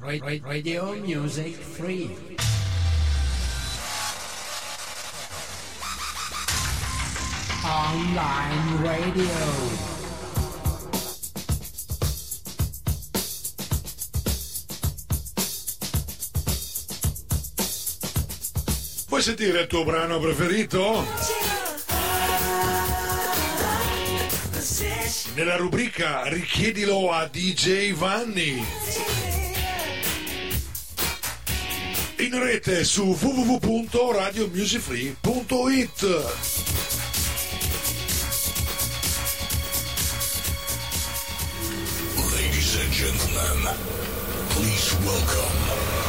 Radio Music Free. Online radio. Vuoi sentire il tuo brano preferito? Nella rubrica Richiedilo a DJ Vanni. In rete su www.radiomusicfree.it. Ladies and gentlemen, please welcome.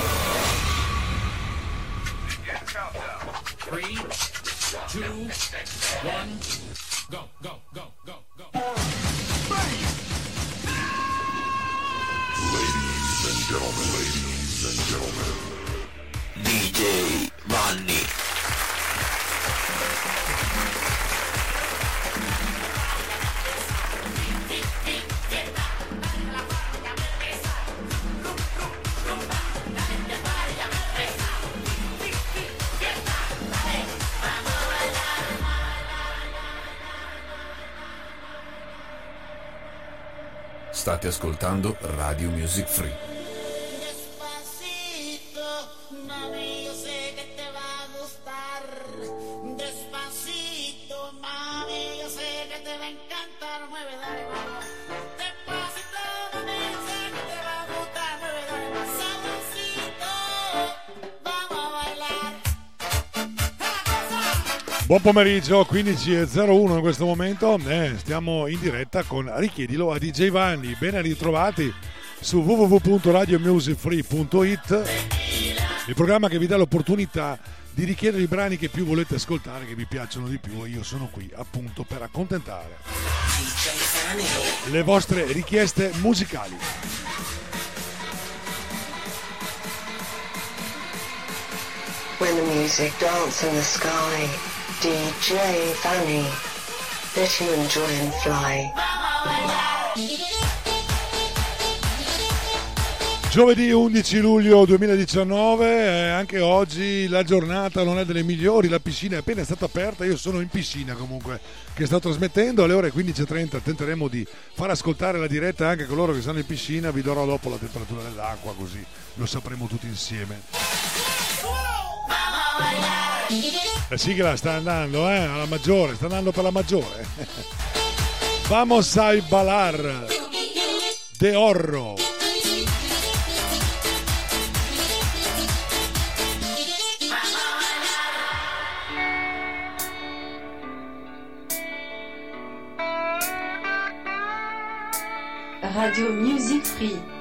3, 2, 1, go, go, go, go, go. Ladies and gentlemen, DJ Vanni. State ascoltando Radio Music Free. Despacito, mami, yo sé que te va a gustar. Despacito, mami, yo sé que te va a encantar. Mueve, dale, vamos. Despacito, mami, yo sé que te va a gustar. Mueve, dale, sabrosito, vamos a bailar. Buon pomeriggio, 15:01 in questo momento, stiamo in diretta con Richiedilo a DJ Vanni. Ben ritrovati su www.radiomusicfree.it, il programma che vi dà l'opportunità di richiedere i brani che più volete ascoltare, che vi piacciono di più, e io sono qui appunto per accontentare le vostre richieste musicali. When the music dance in the sky, DJ Vanni, let you enjoy and fly. Giovedì 11 luglio 2019, anche oggi la giornata non è delle migliori, la piscina è appena stata aperta, io sono in piscina comunque, che sto trasmettendo. Alle ore 15:30 tenteremo di far ascoltare la diretta anche a coloro che stanno in piscina, vi darò dopo la temperatura dell'acqua, così lo sapremo tutti insieme. La sigla sta andando, alla maggiore, sta andando per la maggiore. Vamos a bailar de horror. Radio Music Free.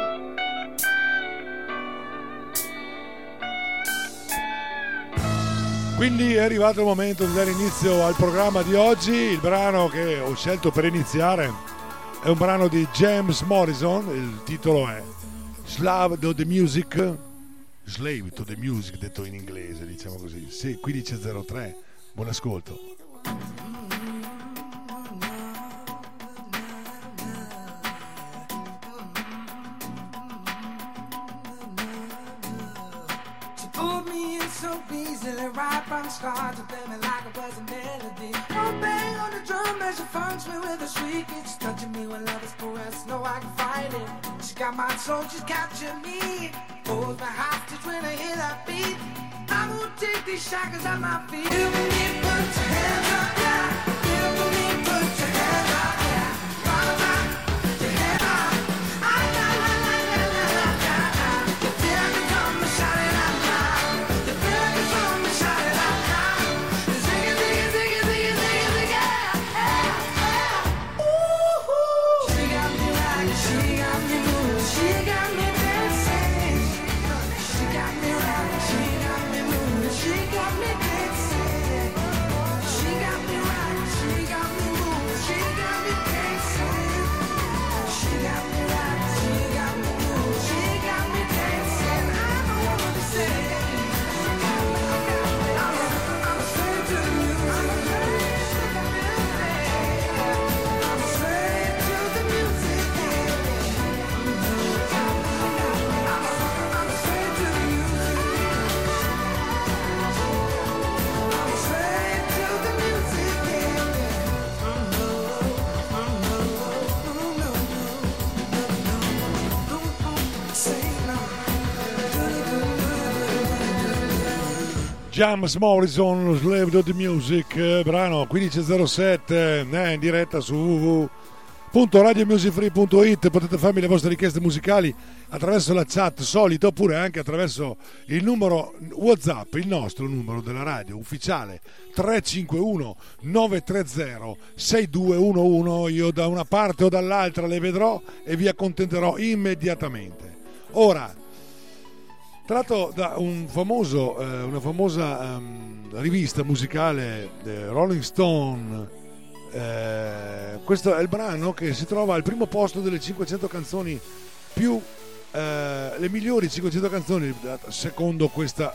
Quindi è arrivato il momento di dare inizio al programma di oggi. Il brano che ho scelto per iniziare è un brano di James Morrison, il titolo è Slave to the Music, Slave to the Music detto in inglese, diciamo così. Sì, 15:03, buon ascolto. So easily right from the start to play me like it was a melody. One bang on the drum as she funks me with a shriek. It's touching me when love is caressed. No, I can fight it. She got my soul, she's captured me. Holds my hostage when I hear that beat. I won't take these shackles at my feet. Feel me, put your hands up, yeah. Feel me, put your hands up, yeah. Rock, your hands up. I la la la la la la la. You feel me, come and shout it out loud. She got me James Morrison, lo Slave of the Music, brano 1507, in diretta su www.radiomusicfree.it. Potete farmi le vostre richieste musicali attraverso la chat solita oppure anche attraverso il numero WhatsApp, il nostro numero della radio ufficiale 351 930 6211. Io da una parte o dall'altra le vedrò e vi accontenterò immediatamente. Ora, tratto da una famosa rivista musicale, Rolling Stone, questo è il brano che si trova al primo posto delle 500 canzoni più le migliori 500 canzoni secondo questo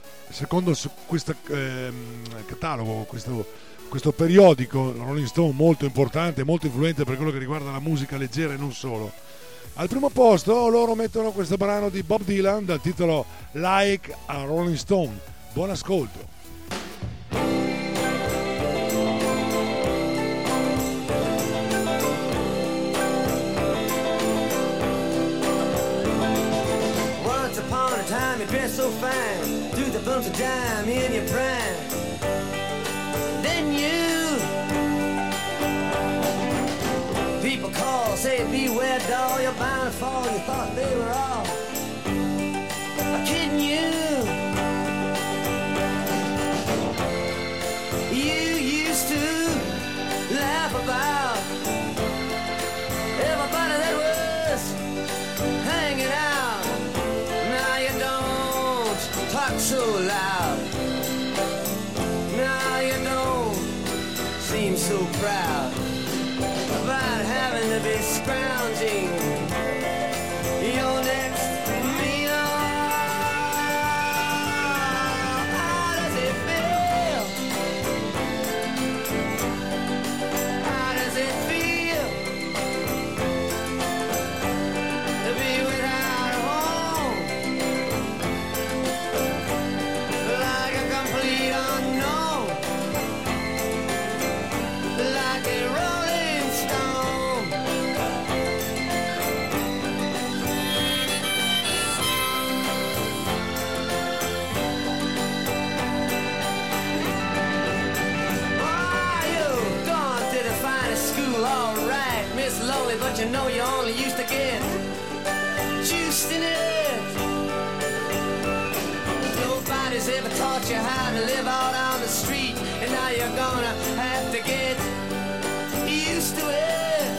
catalogo, questo periodico Rolling Stone, molto importante, molto influente per quello che riguarda la musica leggera e non solo. Al primo posto loro mettono questo brano di Bob Dylan dal titolo Like a Rolling Stone. Buon ascolto. Once upon a time you dressed so fine, threw the bumps of dime in your prime. Then people call, say beware doll, you're bound to fall. You thought they were all kidding you. You used to laugh about everybody that was hanging out. Now you don't talk so loud. Now you don't seem so proud about having to be scrounging your next meal. How does it feel? How does it feel to be without a home? Like a complete unknown, like a rolling stone. Oh, you've gone to the finest school, all right, Miss Lonely, but you know you only used to get juiced in it. Nobody's ever taught you how to live out on the street, and now you're gonna have to get used to it.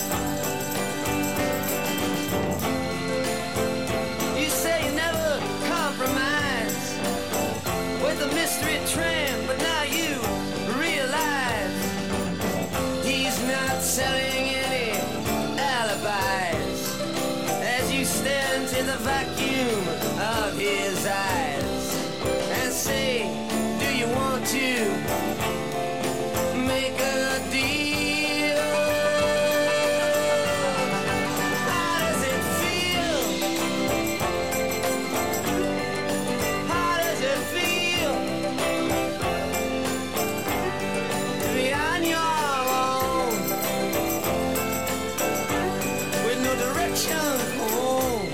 You say you never compromise with the mystery tramp, but now you realize he's not selling any alibis as you stare into the vacuum of his eyes and say, do you want to make a deal? How does it feel? How does it feel to be on your own with no direction home?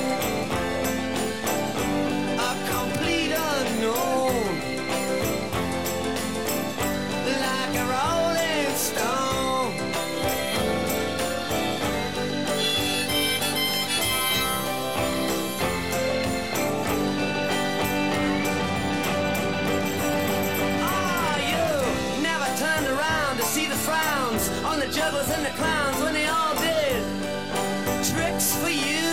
A complete unknown, like a rolling stone. Oh, you never turned around to see the frowns on the jugglers and the clowns when they all did tricks for you.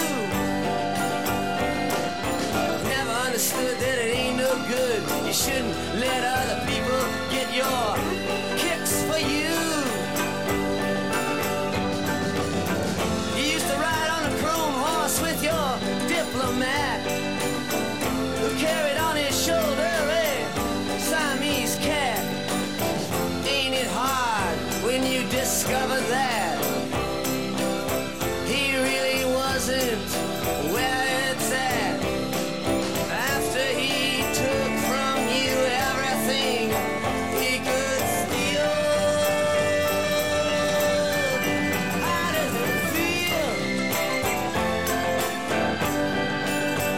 Never understood that it ain't no good. You shouldn't let other people get your kicks for you. You used to ride on a chrome horse with your diplomat, who carried on his shoulder a Siamese cat. Ain't it hard when you discover that he really wasn't where it's at? After he took from you everything he could steal. How does it feel?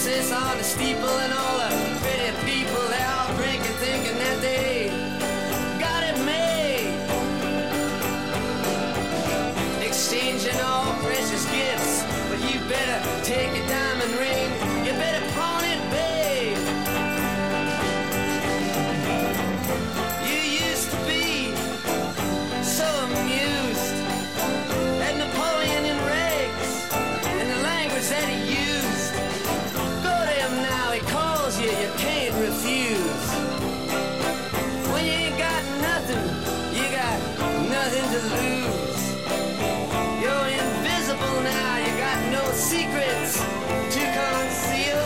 princess on the steeple and all the pretty people, they all drinking, thinking that they got it made. Exchanging all precious gifts, but you better take your diamond ring, you better pawn it, babe. You used to be so amused at Napoleon and Regs and the language that he used. Go to him now, he calls you, you can't refuse. When you ain't got nothing, you got nothing to lose. You're invisible now, you got no secrets to conceal.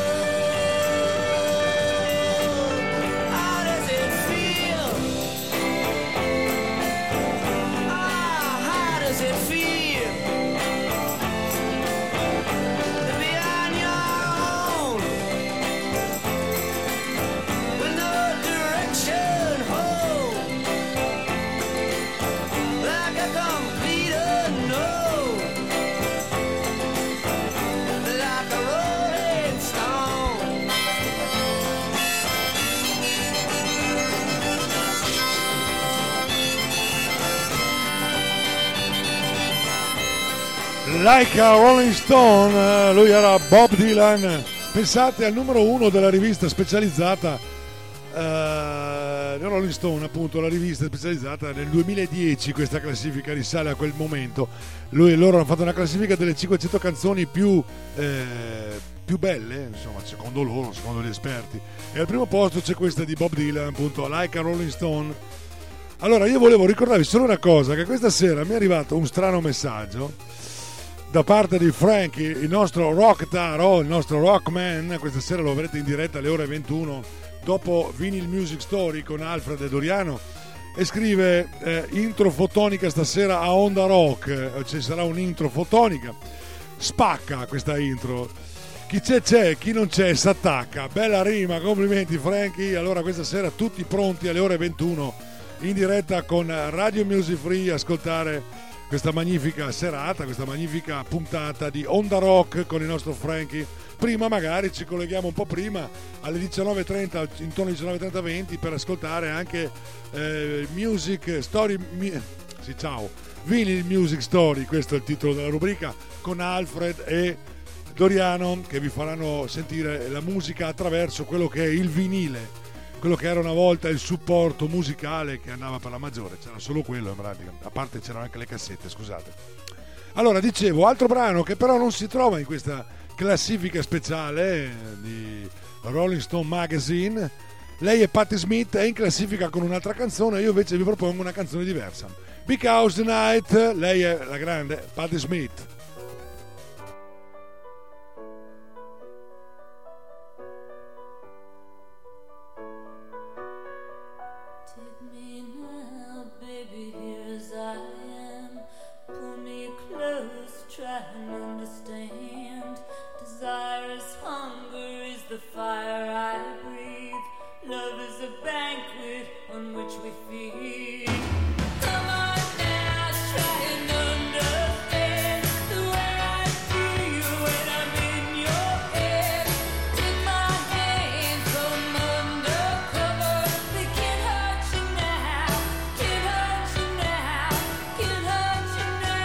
How does it feel? Ah, how does it feel to be on your own with no direction home, like a complete unknown, like a rolling stone. Like a Rolling Stone, lui era Bob Dylan. Pensate al numero 1 della rivista specializzata Rolling Stone, appunto, la rivista specializzata. Nel 2010 questa classifica risale a quel momento. Loro hanno fatto una classifica delle 500 canzoni più belle, insomma, secondo loro, secondo gli esperti, e al primo posto c'è questa di Bob Dylan, appunto, Like a Rolling Stone. Allora io volevo ricordarvi solo una cosa, che questa sera mi è arrivato un strano messaggio da parte di Frankie, il nostro rock taro, il nostro rockman. Questa sera lo avrete in diretta alle ore 21 dopo Vinyl Music Story con Alfred e Doriano, e scrive intro fotonica stasera a Onda Rock, ci sarà un'intro fotonica, spacca questa intro, chi c'è, chi non c'è s'attacca, bella rima, complimenti Frankie. Allora questa sera tutti pronti alle ore 21 in diretta con Radio Music Free, ascoltare questa magnifica serata, questa magnifica puntata di Onda Rock con il nostro Frankie. Prima magari ci colleghiamo un po' prima, alle 19.30, intorno alle 19.30-20, per ascoltare anche Music Story, sì, ciao, Vinyl Music Story, questo è il titolo della rubrica, con Alfred e Doriano, che vi faranno sentire la musica attraverso quello che è il vinile, quello che era una volta il supporto musicale che andava per la maggiore. C'era solo quello in pratica, a parte c'erano anche le cassette, scusate. Allora, dicevo, altro brano che però non si trova in questa classifica speciale di Rolling Stone Magazine. Lei è Patti Smith, è in classifica con un'altra canzone, io invece vi propongo una canzone diversa. Because Tonight, lei è la grande Patti Smith. Try and understand. Desirous hunger is the fire I breathe. Love is a banquet on which we feed. Come on now, try and understand the way I feel when I'm in your head. Take my hand, come undercover. They can't hurt you now, can't hurt you now, can't hurt you now.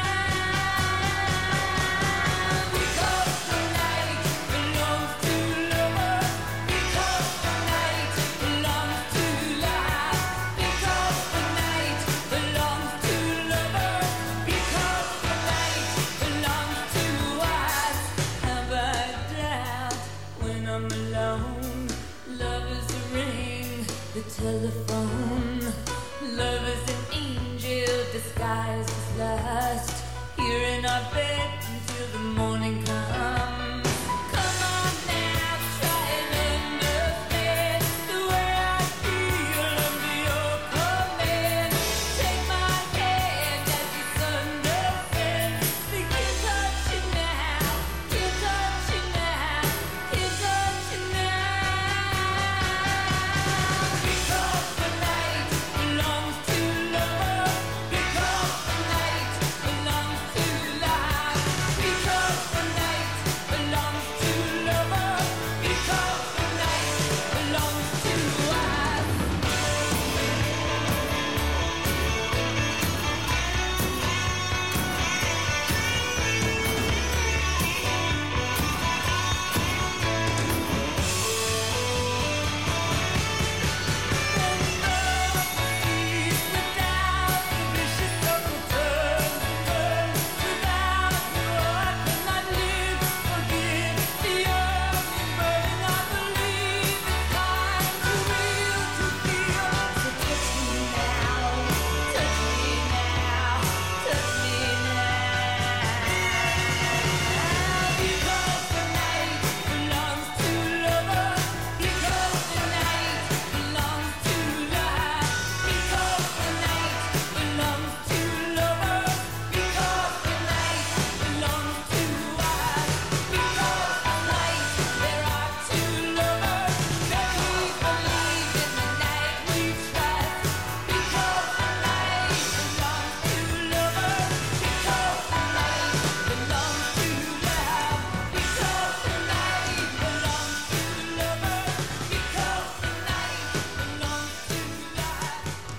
Because the night belongs to lovers. Because the night belongs to life. Because the night belongs to lovers. Because the night belongs to us. Have I doubt when I'm alone? Love is a ring, the telephone. Love is an angel disguised as lust. Here in our bed until the morning comes. Come on now, try and understand the way I feel under your command. Take my hand as the sun descends. They can't touch you now, can't touch you now, can't touch you now. Because the night belongs to lovers. Because the night belongs to life. Because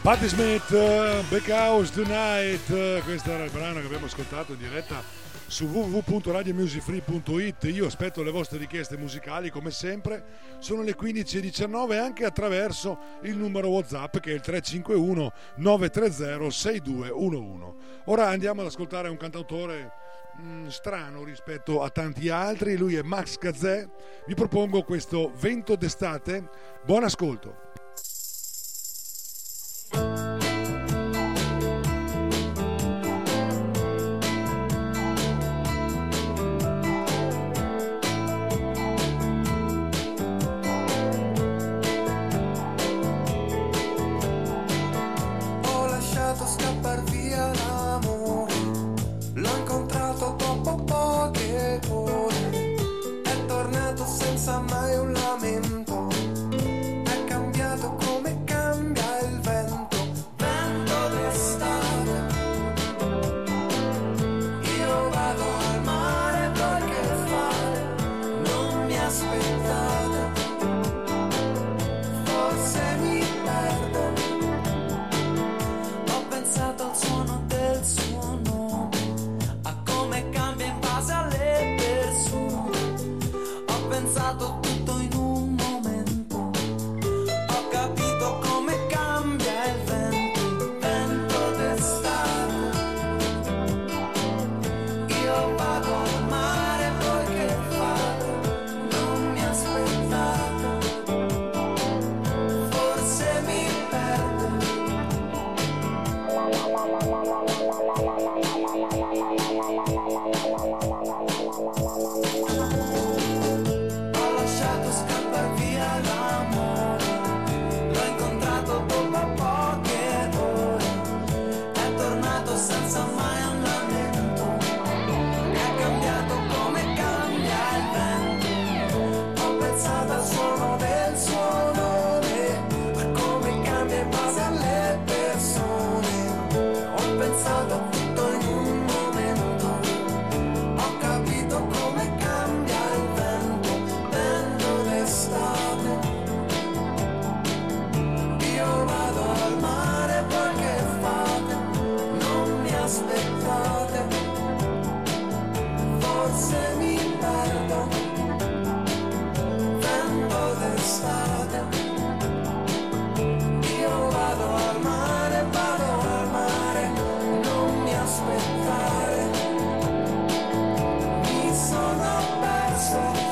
Patti Smith, Back House Tonight, questo era il brano che abbiamo ascoltato in diretta su www.radiomusicfree.it. Io aspetto le vostre richieste musicali come sempre, sono le 15:19 anche attraverso il numero WhatsApp che è il 351 930 6211. Ora andiamo ad ascoltare un cantautore strano rispetto a tanti altri, lui è Max Gazzè. Vi propongo questo Vento d'estate, buon ascolto. Mai un lamento, è cambiato come cambia il vento, vento d'estate. Io vado al mare, poi che fare? Non mi aspettate, forse mi perdo. Ho pensato al suono del suo nome, a come cambia in base alle persone. Ho pensato tutto in un momento, ho capito come cambia il vento d'estate. Io vado al mare, poi che fate? Non mi aspettate, forse mi perdo. Ho lasciato scappare via l'amore, l'ho incontrato dopo poche ore, è tornato senza mai un lamento, è cambiato come cambia il vento. Ho pensato al suono del suo nome, a come cambia in base alle persone. Ho pensato a tutto in un momento, ho capito come cambia il vento d'estate. Io vado al mare, poi che fate? Non mi aspettate, forse mi perdo, vento d'estate. Io vado al mare, non mi aspettare, mi sono perso.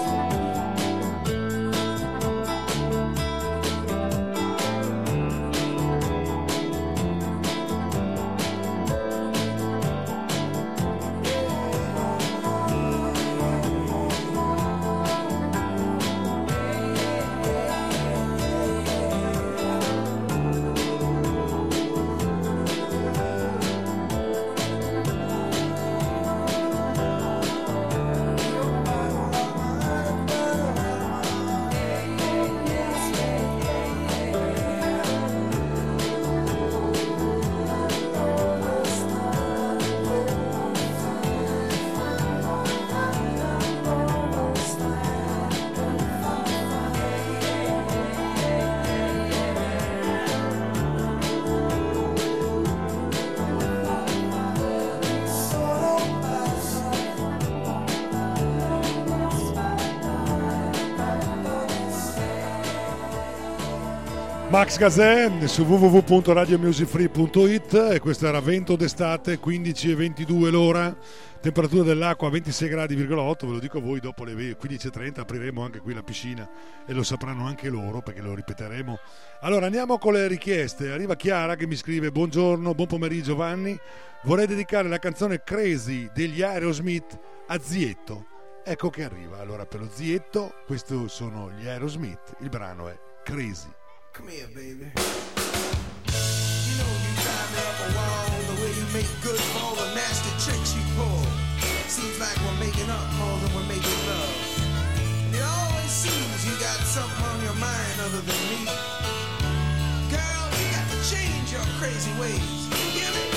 Max Gazzè su www.radiomusicfree.it e questo era Vento d'estate, 15:22 l'ora, temperatura dell'acqua 26 gradi,8, ve lo dico a voi, dopo le 15:30 apriremo anche qui la piscina e lo sapranno anche loro perché lo ripeteremo. Allora andiamo con le richieste, arriva Chiara che mi scrive: buongiorno, buon pomeriggio Vanni, vorrei dedicare la canzone Crazy degli Aerosmith a Zietto. Ecco che arriva, allora per lo Zietto, questi sono gli Aerosmith, il brano è Crazy. Come here, baby. You know you drive me up a wall, the way you make good for all the nasty tricks you pull. Seems like we're making up more than we're making love. And it always seems you got something on your mind other than me. Girl, you got to change your crazy ways. You hear me?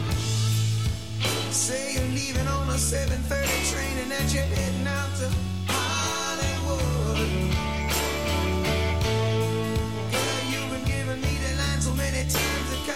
Say you're leaving on a 7:30 train and that you're heading out to Hollywood. Girl, you've been giving me the line so many times it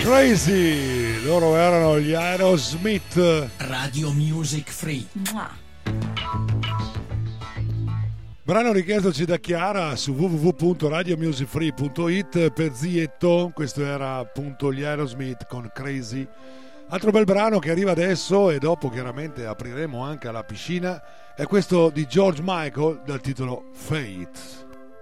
Crazy, loro erano gli Aerosmith. Radio Music Free. Brano richiestoci da Chiara su www.radiomusicfree.it per Zietto. Questo era appunto gli Aerosmith con Crazy. Altro bel brano che arriva adesso, e dopo chiaramente apriremo anche alla piscina, è questo di George Michael dal titolo Fate.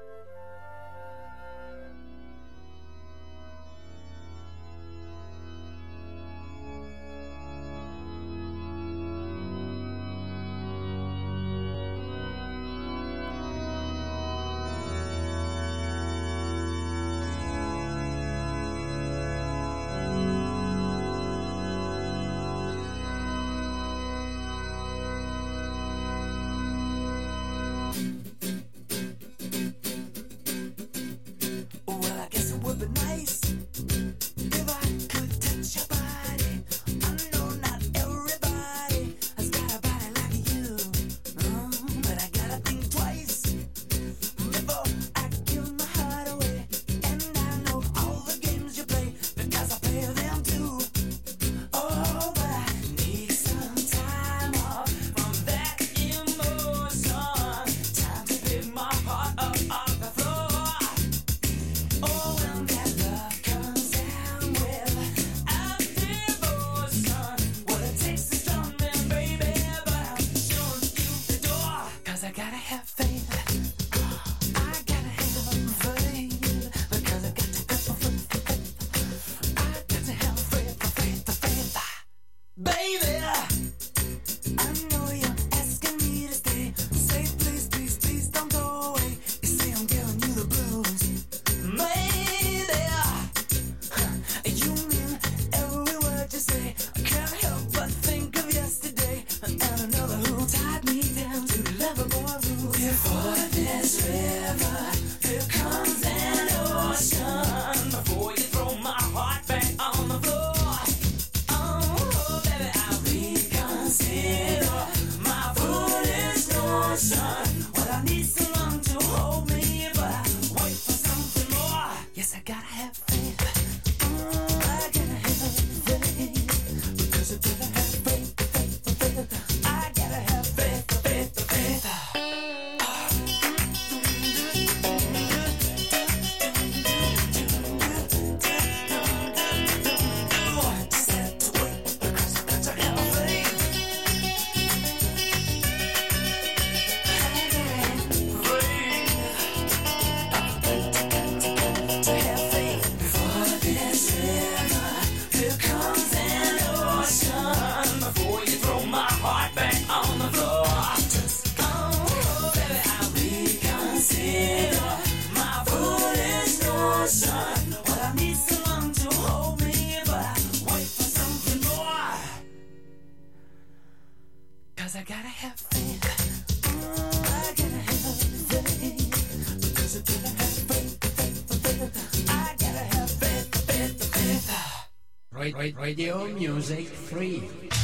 Radio Music Free.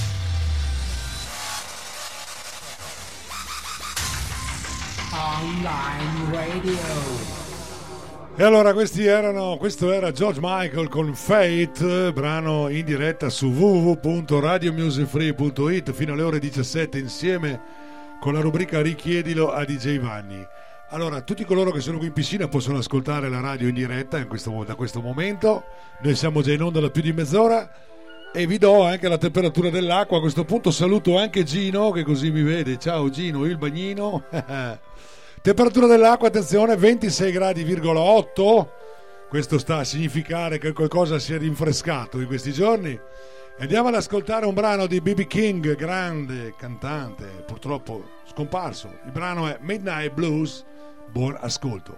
Online radio. E allora questo era George Michael con Fate, brano in diretta su www.radiomusicfree.it fino alle ore 17 insieme con la rubrica Richiedilo a DJ Vanni. Allora, tutti coloro che sono qui in piscina possono ascoltare la radio in diretta da questo momento. Noi siamo già in onda da più di mezz'ora e vi do anche la temperatura dell'acqua. A questo punto saluto anche Gino, che così mi vede. Ciao Gino, il bagnino. Temperatura dell'acqua, attenzione, 26,8 gradi. Questo sta a significare che qualcosa si è rinfrescato in questi giorni. Andiamo ad ascoltare un brano di B.B. King, grande cantante, purtroppo scomparso. Il brano è Midnight Blues. Buon ascolto.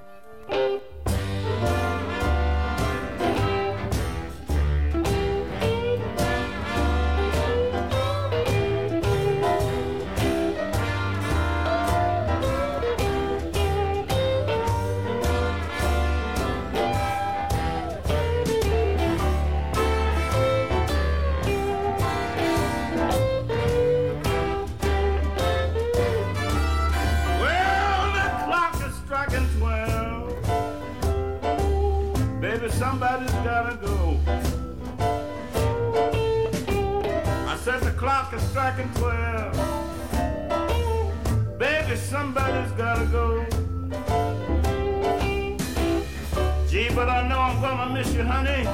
Somebody's gotta go. clock is striking 12. Baby, somebody's gotta go. Gee, but I know I'm gonna miss you, honey.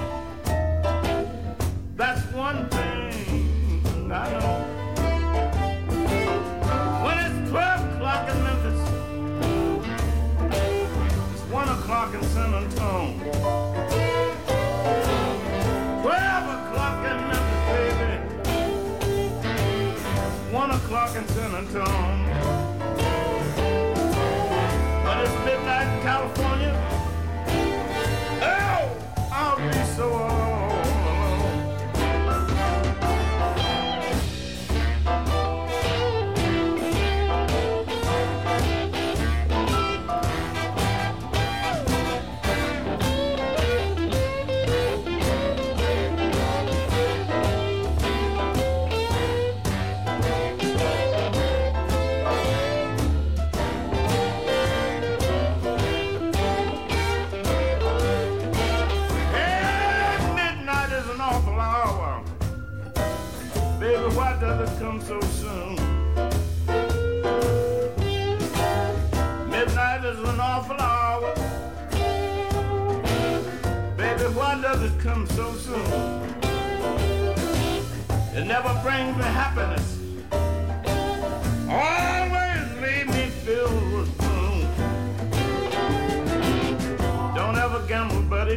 That's one thing I know. When it's 12 o'clock in Memphis, it's 1 o'clock in San Antonio. 12 o'clock in Memphis, baby. 1 o'clock in San Antonio. But it's midnight in California. Oh, I'll be so alone. Why does it come so soon? Midnight is an awful hour. Baby, why does it come so soon? It never brings me happiness. Always leave me filled with gloom. Don't ever gamble, buddy,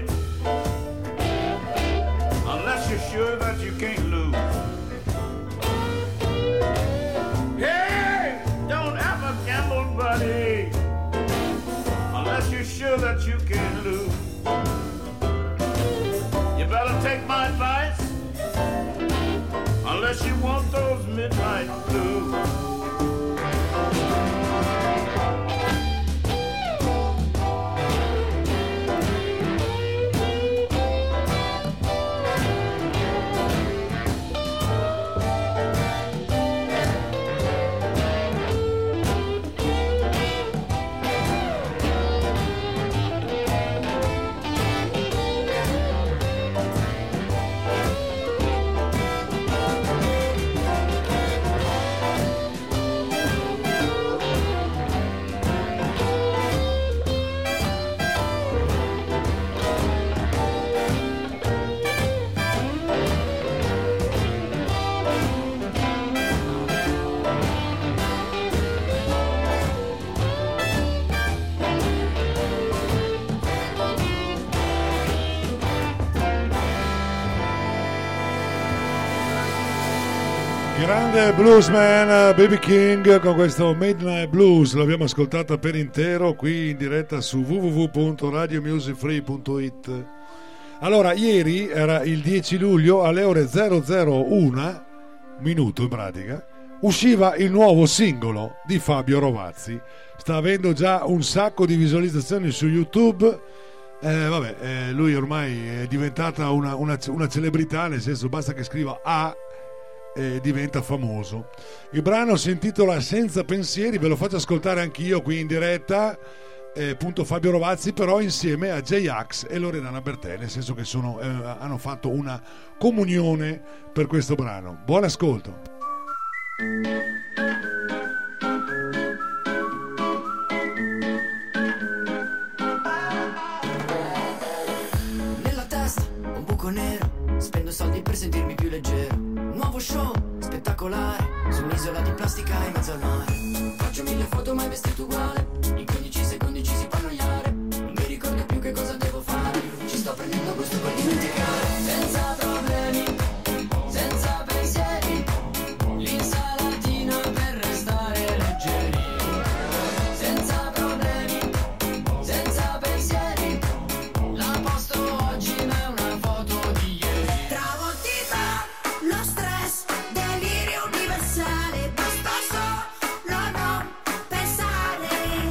unless you're sure that you can't lose. Hey, don't ever gamble, buddy, unless you're sure that you can't lose. You better take my advice, unless you want those midnight blues. Grande bluesman Baby King con questo Midnight Blues, l'abbiamo ascoltata per intero qui in diretta su www.radiomusicfree.it. Allora, ieri era il 10 luglio alle ore 001 minuto in pratica, usciva il nuovo singolo di Fabio Rovazzi. Sta avendo già un sacco di visualizzazioni su YouTube. Lui ormai è diventata una celebrità, nel senso basta che scriva A e diventa famoso. Il brano si intitola Senza pensieri, ve lo faccio ascoltare anch'io qui in diretta, appunto Fabio Rovazzi, però insieme a J-Ax e Loredana Bertè, nel senso che hanno fatto una comunione per questo brano. Buon ascolto. Nella testa un buco nero, spendo soldi per sentirmi più leggero. Nuovo show spettacolare su un'isola di plastica in mezzo al mare. Faccio 1000 foto mai vestito uguale, in 15 secondi ci si può annoiare. Non mi ricordo più che cosa devo fare, ci sto prendendo gusto per dimenticare. Senza problemi, senza pensieri, l'insalatina per restare leggeri. Senza problemi, senza pensieri, la posto oggi ma è una foto di ieri. Travoltità, lo stress, delirio universale, basta solo non pensare.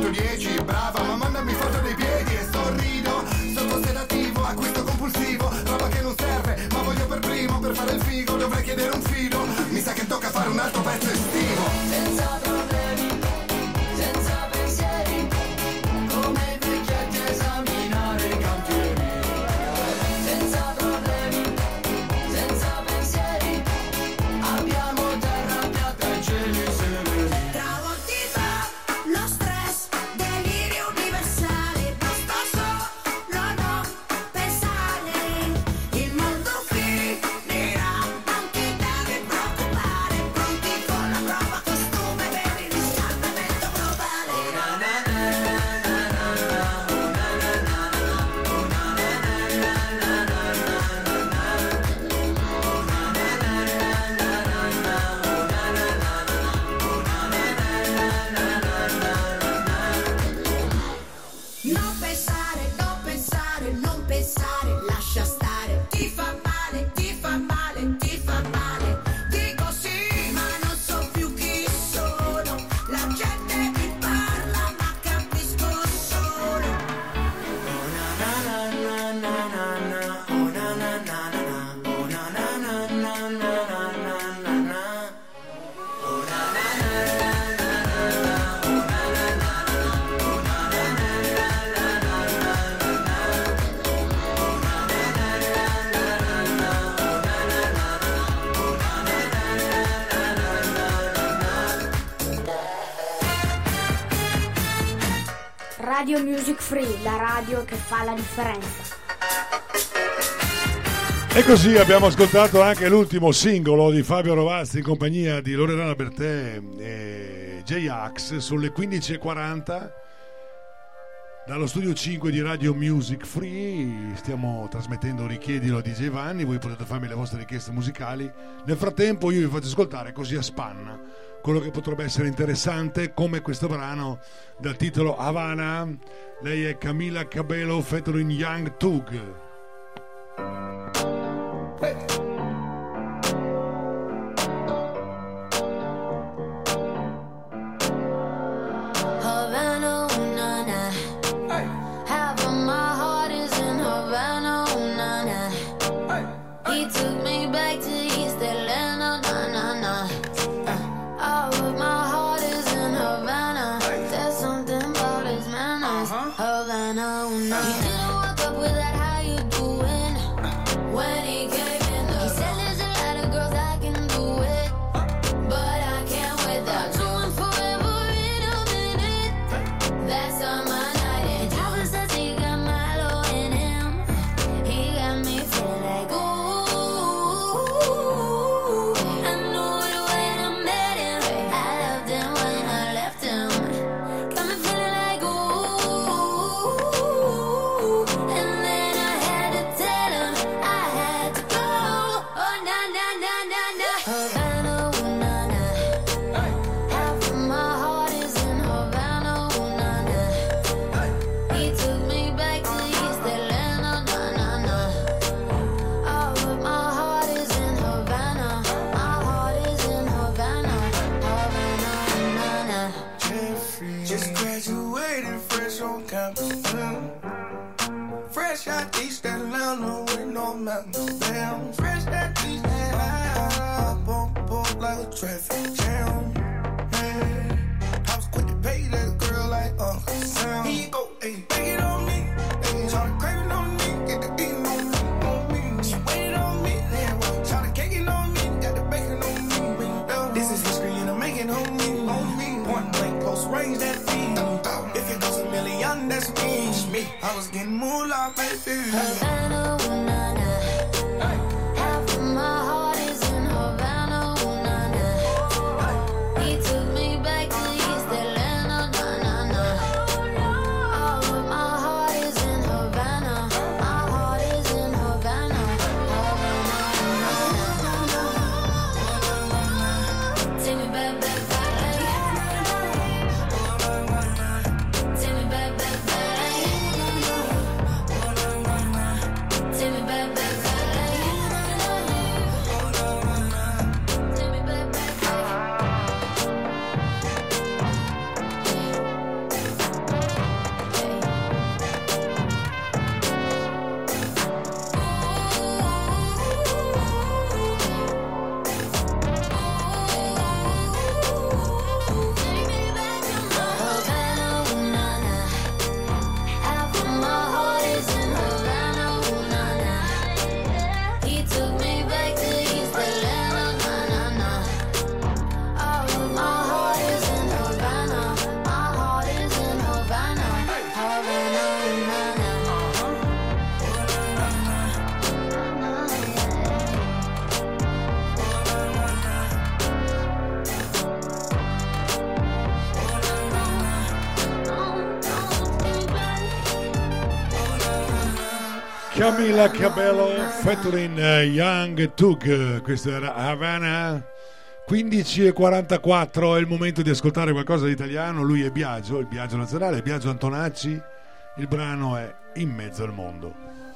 110, brava, ma mandami foto dei piedi e sorrido, sotto sedativo, acquisto compulsivo, roba che non serve, ma voglio per primo, per fare il figo dovrei chiedere un fido, mi sa che tocca fare un altro pezzo estivo. Senza problemi, senza pensieri, come i vecchietti esaminare i cantieri. Senza problemi, senza pensieri, abbiamo terra piatta e cieli sereni. Travoltità, lo stress, delirio universale, basta solo non pensare, il mondo finirà, non ti devi preoccupare, pronti con la prova, costume per il riscaldamento globale. Non pensare, non pensare, non pensare, lascia stare, ti fa male, ti fa male, ti fa male. Dico sì, ma non so più chi sono, la gente mi parla, ma capisco solo. Radio Music Free, la radio che fa la differenza. E così abbiamo ascoltato anche l'ultimo singolo di Fabio Rovazzi in compagnia di Loredana Bertè e J-Ax sulle 15:40 dallo studio 5 di Radio Music Free. Stiamo trasmettendo Richiedilo a DJ Vanni, voi potete farmi le vostre richieste musicali. Nel frattempo io vi faccio ascoltare così a spanna quello che potrebbe essere interessante, come questo brano dal titolo Havana. Lei è Camila Cabello featuring Young Thug. Havana, ooh, na, na. Half of my heart is in Havana, ooh, na, na. He took me back to East Atlanta, na, na, na. All of my heart is in Havana. There's something about his manners. Havana, ooh, na. He didn't walk up with that, how you doing? When he came in the he said there's a lot of girls that can do it, but I can't without you. I'm forever in a minute. That's on my night. And Travis says he got Milo in him. He got me feeling like ooh. I knew it when I met him. I loved him when I left him. Got me feeling like ooh. And then I had to tell him I had to go. Oh na na na na na. Havana, ooh, na na. Half of my heart is in Havana, ooh, na na. He took me back to East Atlanta, na na na. All of my heart is in Havana. My heart is in Havana, Havana, na na. Just graduated fresh on campus. Fresh out East Atlanta with no mountains. Damn, fresh out East Atlanta. Bump like a traffic jam. Man, I was quick to pay that girl like Uncle Sam. Here you go, ayy, take it on me. Ayy, try to crave it on me, get the beating on me. She waited on me, then try to cake it on me, got the bacon on me. This is history and I'm making on me. Point blank, close range, that feed. If it goes a million, that's me. I was getting moolah, baby. Havana, ooh, na na. Half of my heart is in Havana, ooh, na na. He took me back to East Atlanta, na na na. All of my heart is in Havana. My heart is in Havana, Havana, na na. Take me back, back, back. Take me back, back, back. Camila Cabello featuring Young Tug, questo era Havana. 15:44 è il momento di ascoltare qualcosa di italiano. Lui è Biagio, il Biagio nazionale, Biagio Antonacci. Il brano è In mezzo al mondo.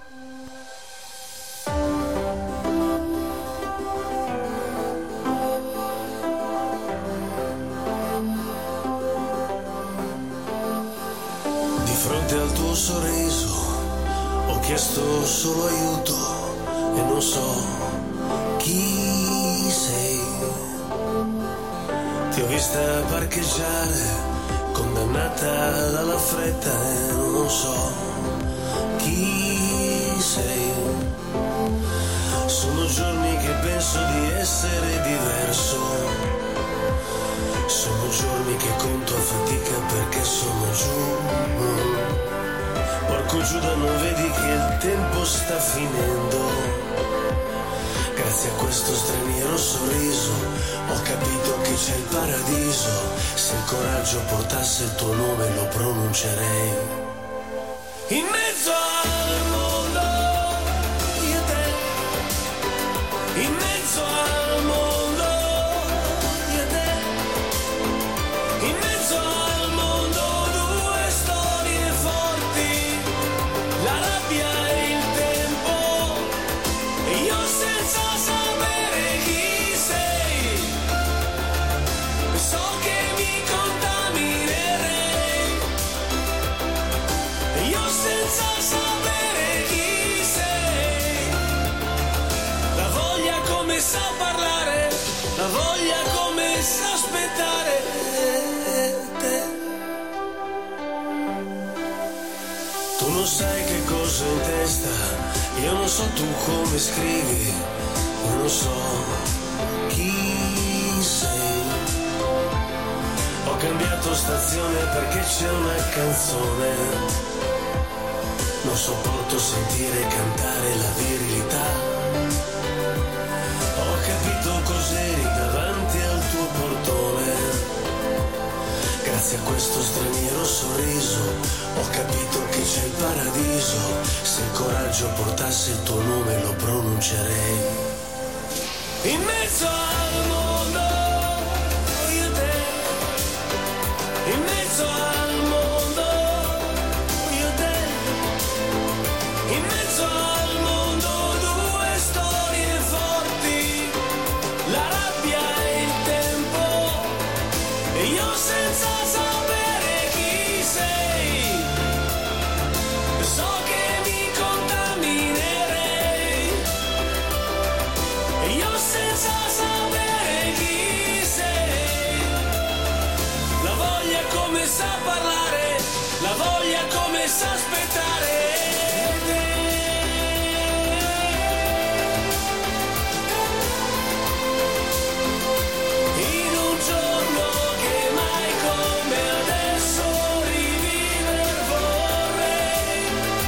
Di fronte al tuo sorriso ho chiesto solo aiuto e non so chi sei. Ti ho vista parcheggiare, condannata dalla fretta e non so chi sei. Sono giorni che penso di essere diverso, sono giorni che conto a fatica perché sono giù. Porco Giuda, non vedi che il tempo sta finendo? Grazie a questo straniero sorriso ho capito che c'è il paradiso. Se il coraggio portasse il tuo nome lo pronuncerei. In mezzo al mondo, io e te. In mezzo al mondo, io e te. In mezzo al mondo, due storie forti, la rabbia e il tempo. E io senza sapere chi sei, so che mi contaminerei. E io senza sapere chi sei, la voglia come sa parlare, la voglia come sa aspettare te. Tu non sai che cosa ho in testa, io non so tu come scrivi, io non so chi sei. Ho cambiato stazione perché c'è una canzone, non sopporto sentire cantare la virilità. Ho capito cos'eri davanti al tuo portone, grazie a questo straniero sorriso ho capito che c'è il paradiso. Se il coraggio portasse il tuo nome lo pronuncerei. In mezzo al mondo, io e te. In mezzo al mondo, io e te. In mezzo al mondo, due storie forti, la rabbia e il tempo. E io senza sapere chi sei, so che mi contaminerei. E io senza sapere chi sei, la voglia come sa parlare, la voglia come sa aspettare te. In un giorno che mai come adesso riviver vorrei.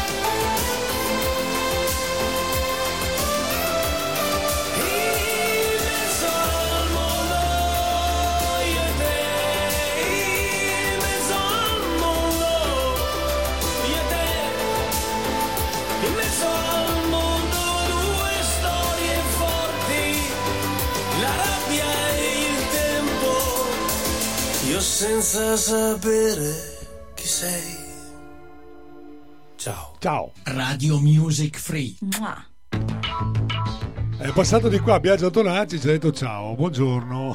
In mezzo al mondo, io e te. In mezzo al mondo, io e te. In mezzo al mondo, due storie forti, la rabbia e il tempo. Io senza sapere chi sei. Ciao. Ciao. Radio Music Free. È passato di qua Biagio Antonacci, ci ha detto ciao, buongiorno.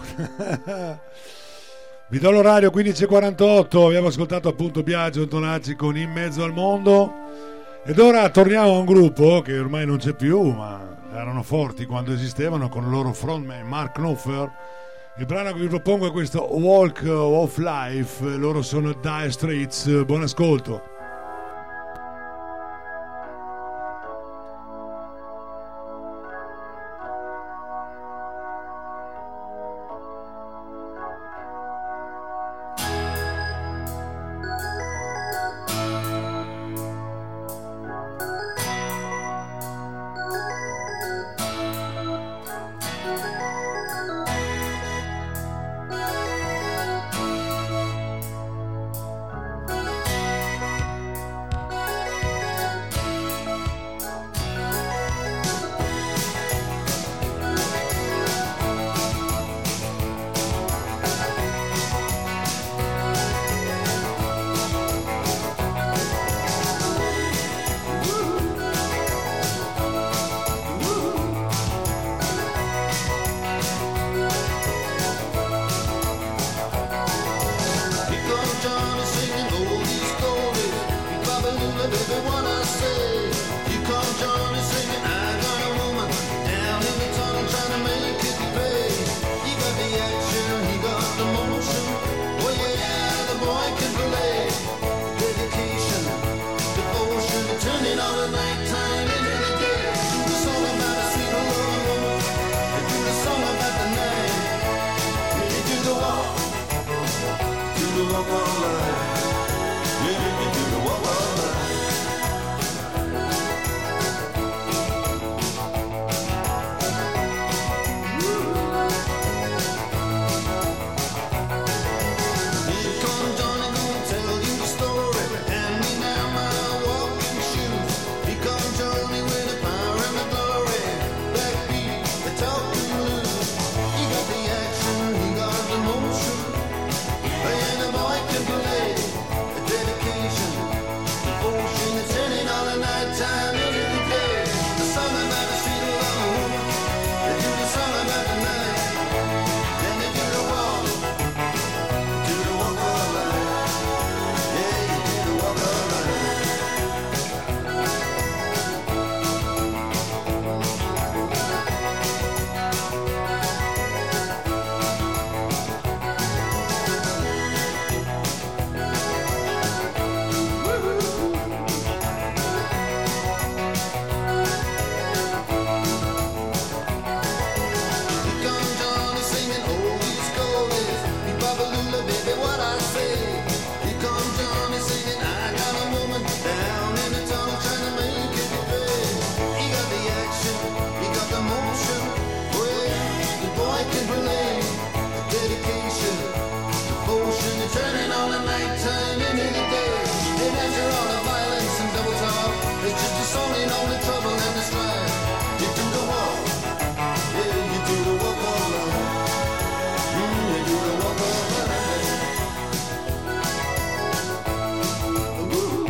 Vi do l'orario 15:48. Abbiamo ascoltato appunto Biagio Antonacci con In mezzo al mondo. Ed ora torniamo a un gruppo che ormai non c'è più, ma erano forti quando esistevano, con il loro frontman Mark Knopfler. Il brano che vi propongo è questo Walk of Life. Loro sono Dire Straits. Buon ascolto. Babalula, baby, what I say. You come Johnny singing, I got a woman down in the tunnel trying to make it pay. He got the action, he got the motion. Oh yeah, the boy can play. Dedication, devotion, turning on the nighttime into the day. Do the song about a sweet old woman, and do the song about the night. Really do the walk of life. Really do the walk of life. Here comes Johnny, gonna tell you the story. Hand me now my walking shoes. Here comes Johnny with the power and the glory. Backbeat, the talking blues. He got the action, he got the motion. And the boy can play. The dedication, devotion, it's turning all the nighttime into the day. The song about the sweet love of woman. They do the song about the night. Then they do the walk of life. Yeah, you do the walk of life. Here comes Johnny singing oldies goldies. He Babalula, baby, what I say. Here comes Johnny singing, I got a woman down in the tunnel trying to make it pay. He got the action, he got the motion. Oh yeah, the boy can play. The dedication, devotion, the turning on the nighttime into the day. They measure all the violence and double talk. It's just a song in all the trouble and the strife. You do the walk. Yeah, you do the walk of life. You do the walk of life. Ooh.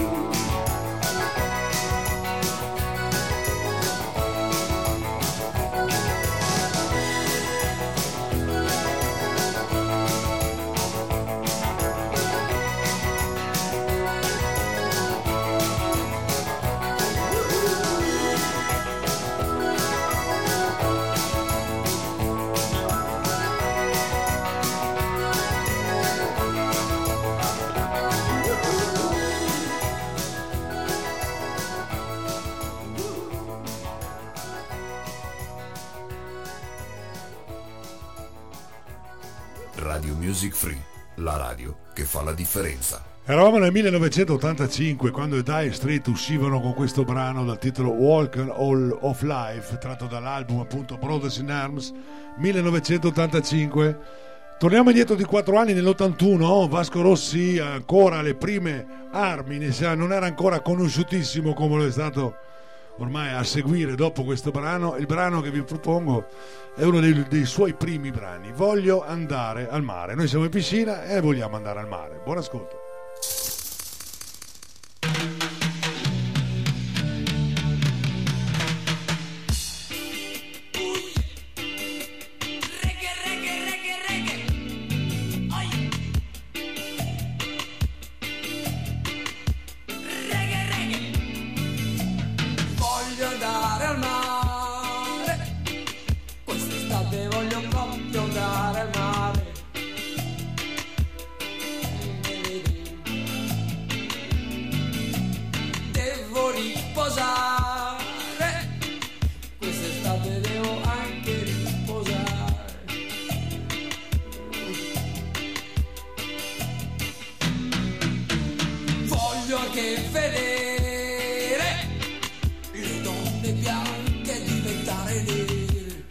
Radio Music Free, la radio che fa la differenza. Eravamo nel 1985 quando i Dire Straits uscivano con questo brano dal titolo Walk All of Life, tratto dall'album appunto Brothers in Arms 1985. Torniamo indietro di 4 anni, nell'81 Vasco Rossi ancora alle prime armi, non era ancora conosciutissimo come lo è stato ormai a seguire dopo questo brano. Il brano che vi propongo è uno dei suoi primi brani, Voglio andare al mare. Noi siamo in piscina e vogliamo andare al mare. Buon ascolto. Voglio andare al mare, quest'estate voglio proprio andare al mare. Devo riposare, quest'estate devo anche riposare. Voglio anche vedere le donne bianche diventare nere,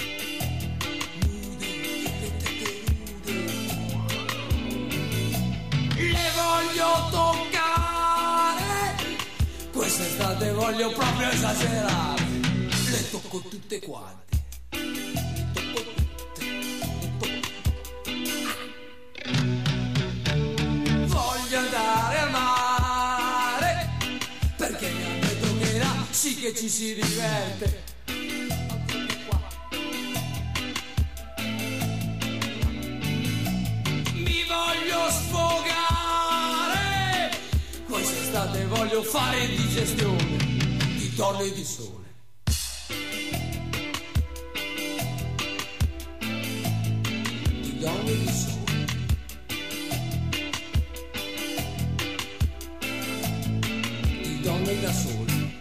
le voglio toccare, quest'estate voglio proprio esagerare, le tocco tutte quante. Voglio andare al mare, perché mi hanno detto che là sì che ci si diverte. Mi voglio sfogare, quest'estate voglio fare digestione di donne di sole. Di donne di sole. Di donne da sole.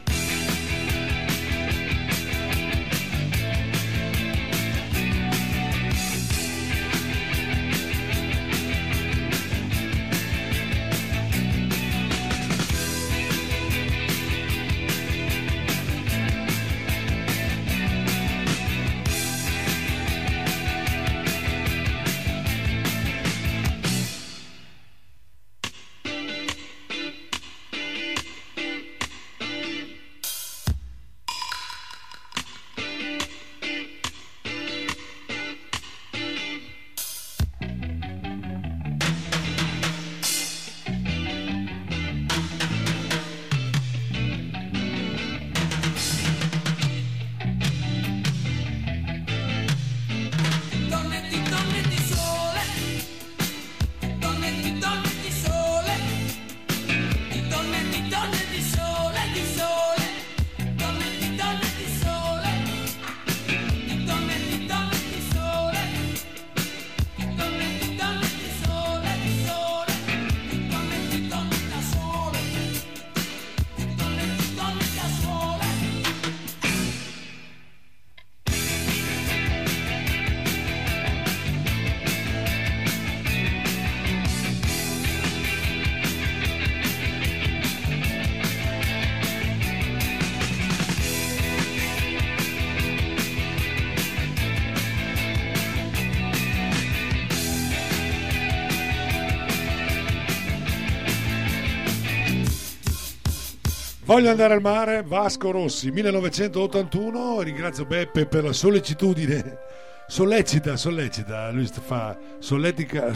Voglio andare al mare, Vasco Rossi, 1981. Ringrazio Beppe per la sollecitudine. Sollecita, lui fa sollecita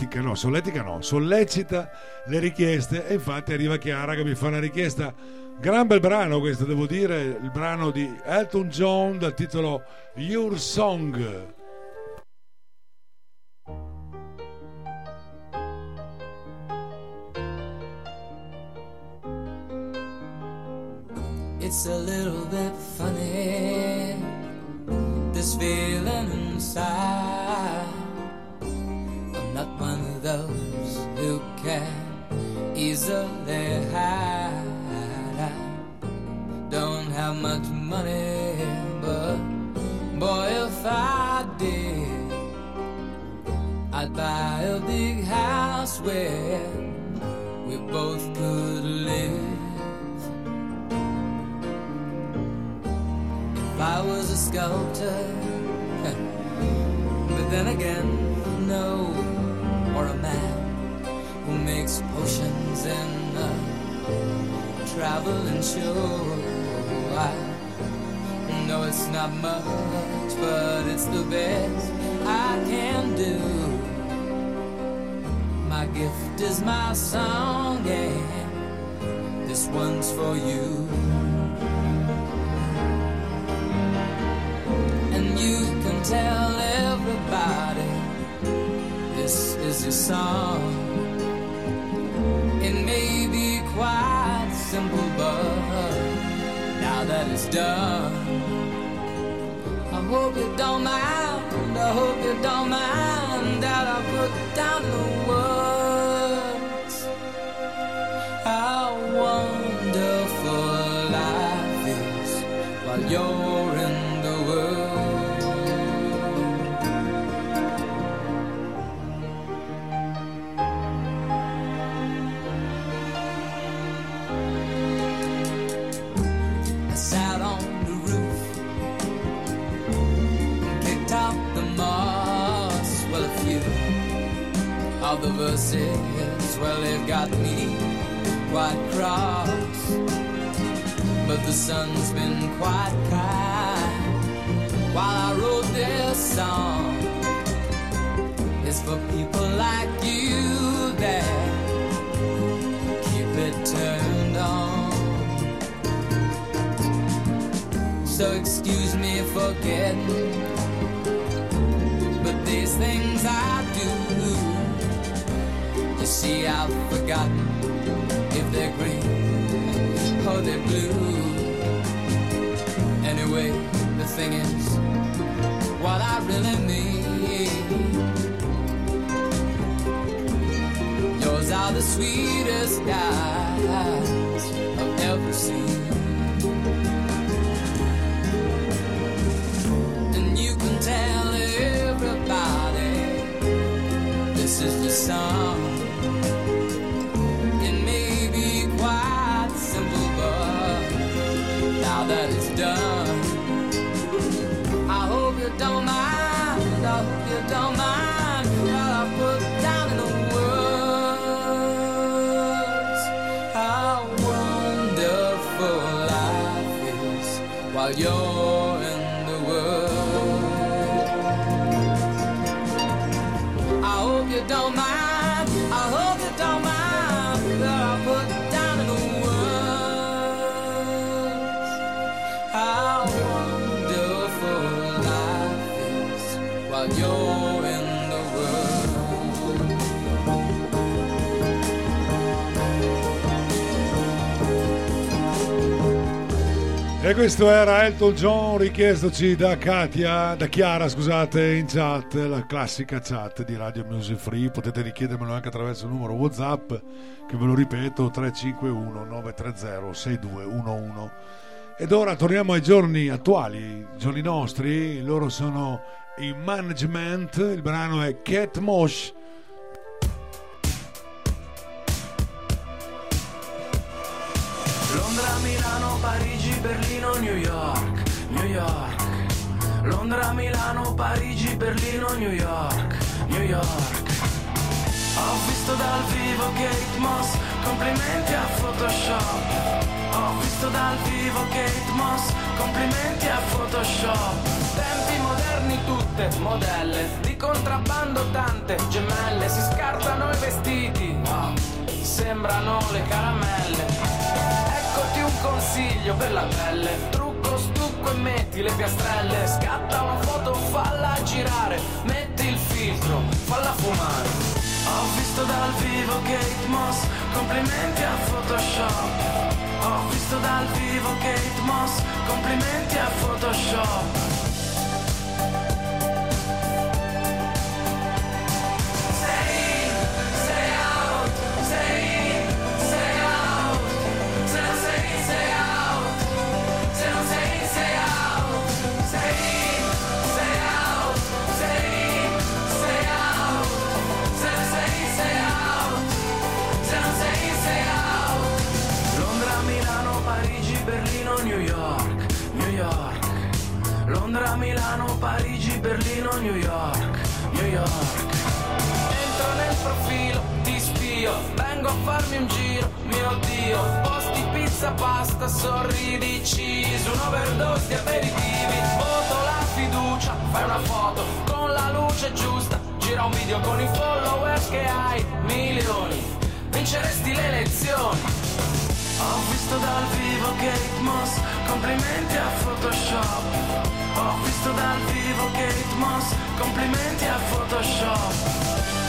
le richieste, e infatti arriva Chiara che mi fa una richiesta. Gran bel brano questo, devo dire, il brano di Elton John dal titolo Your Song. It's a little bit funny, this feeling inside. I'm not one of those who can easily hide. I don't have much money, but boy, if I did, I'd buy a big house where we both could live. If I was a sculptor, but then again, no, or a man who makes potions in a traveling show. I know it's not much, but it's the best I can do. My gift is my song, and this one's for you. You can tell everybody this is your song. It may be quite simple, but now that it's done, I hope you don't mind, I hope you don't mind that I put down the words. How wonderful life is while you're in the world. Of the verses, well, they've got me quite cross, but the sun's been quite kind while I wrote this song. It's for people like you that keep it turned on. So excuse me for getting, but these things I do, you see, I've forgotten if they're green oh, they're blue. Anyway, the thing is, what I really mean, yours are the sweetest eyes I've ever seen. And you can tell everybody this is the song. It may be quite simple, but now that it's done, I hope you don't mind, I hope you don't mind what I put down in the words. How wonderful life is while you're in the world. I hope you don't mind, I hope you don't mind what I put down in the words. How wonderful life is while you're in the world. E questo era Elton John, richiestoci da Chiara, scusate, in chat, la classica chat di Radio Music Free. Potete richiedermelo anche attraverso il numero WhatsApp, che ve lo ripeto, 351 930 6211. Ed ora torniamo ai giorni attuali, i giorni nostri. Loro sono i Management, il brano è Kate Mosh. Londra, Milano, Parigi, Berlino, New York, New York. Londra, Milano, Parigi, Berlino, New York, New York. Ho visto dal vivo Kate Moss, complimenti a Photoshop. Ho visto dal vivo Kate Moss, complimenti a Photoshop. Tempi moderni tutte, modelle, di contrabbando tante, gemelle, si scartano i vestiti, wow, sembrano le caramelle. Eccoti un consiglio per la pelle, trucco, stucco e metti le piastrelle. Scatta una foto, falla girare, metti il filtro, falla fumare. Ho visto dal vivo Kate Moss, complimenti a Photoshop. Ho visto dal vivo Kate Moss, complimenti a Photoshop. New York, New York. Londra, Milano, Parigi, Berlino, New York, New York. Entro nel profilo, ti spio, vengo a farmi un giro, mio Dio. Posti pizza, pasta, sorridi, cheese, un'overdose di aperitivi. Voto la fiducia, fai una foto con la luce giusta. Gira un video con i followers che hai, milioni. Vinceresti le elezioni. Ho visto dal vivo Kate Moss, complimenti a Photoshop. Ho visto dal vivo Kate Moss, complimenti a Photoshop.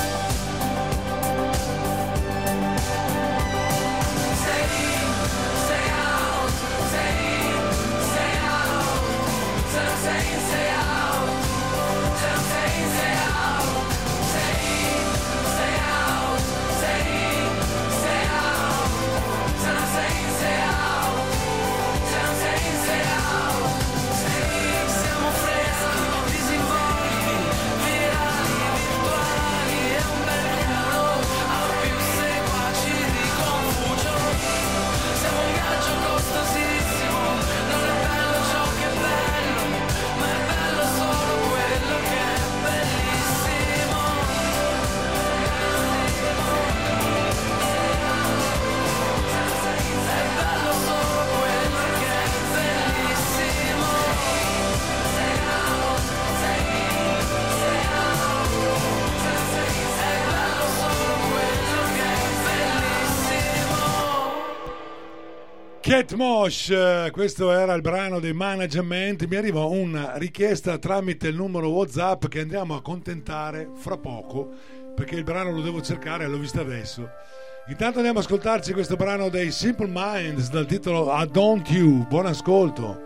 Kate Mosh, questo era il brano dei Management. Mi arriva una richiesta tramite il numero WhatsApp che andiamo a accontentare fra poco, perché il brano lo devo cercare e l'ho visto adesso. Intanto andiamo ad ascoltarci questo brano dei Simple Minds dal titolo I Don't You. Buon ascolto.